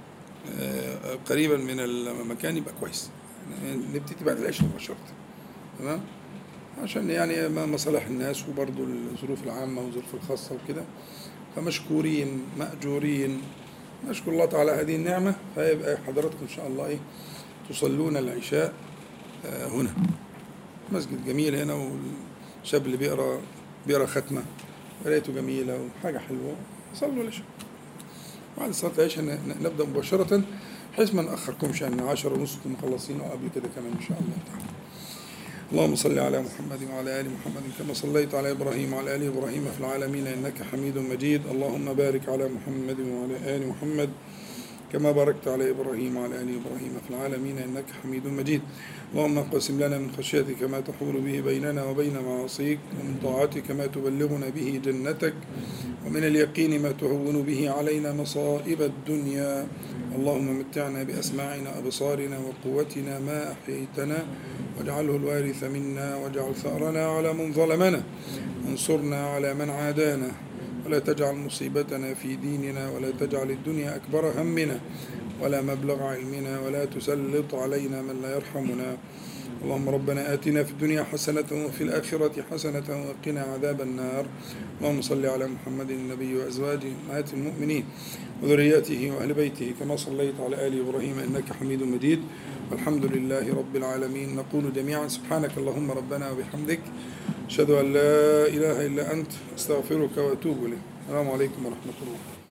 قريبا من المكان يبقى كويس، يعني نبتدي بعد العشاء مباشرة، تمام؟ عشان يعني مصالح الناس وبرضه الظروف العامة والظروف الخاصة وكده. فمشكورين مأجورين، نشكر الله تعالى هذه النعمة. فيبقى حضراتكم إن شاء الله إيه تصلون العشاء هنا، مسجد جميل هنا، والشاب اللي بيقرأ بيقرأ ختمة قرايته جميلة وحاجة حلوة، صلوا العشاء. بعد صلاة العشاء نبدأ مباشرة، بحيث ما نأخركمش يعني عشرة ونص تكونوا مخلصين وقبل كده كمان إن شاء الله تعالى. اللهم صل على محمد وعلى آل محمد كما صليت على إبراهيم وعلى آل إبراهيم في العالمين إنك حميد مجيد. اللهم بارك على محمد وعلى آل محمد كما باركت على إبراهيم وعلى آل إبراهيم في العالمين إنك حميد مجيد. اللهم اقسم لنا من خشيتك ما تحول به بيننا وبين معاصيك، ومن طاعتك ما تبلغنا به جنتك، ومن اليقين ما تهون به علينا مصائب الدنيا. اللهم متعنا بأسماعنا وأبصارنا وقوتنا ما أحييتنا، واجعله الوارث منا، واجعل ثأرنا على من ظلمنا، وانصرنا على من عادانا، ولا تجعل مصيبتنا في ديننا، ولا تجعل الدنيا أكبر همنا ولا مبلغ علمنا، ولا تسلط علينا من لا يرحمنا. اللهم ربنا آتنا في الدنيا حسنة وفي الآخرة حسنة وقنا عذاب النار. اللهم صل على محمد النبي وأزواجه أمهات المؤمنين وذرياته وأهل بيته كما صليت على آل إبراهيم إنك حميد مجيد، والحمد لله رب العالمين. نقول جميعا سبحانك اللهم ربنا وبحمدك، أشهد أن لا إله إلا أنت، أستغفرك وأتوب إليك. السلام عليكم ورحمة الله.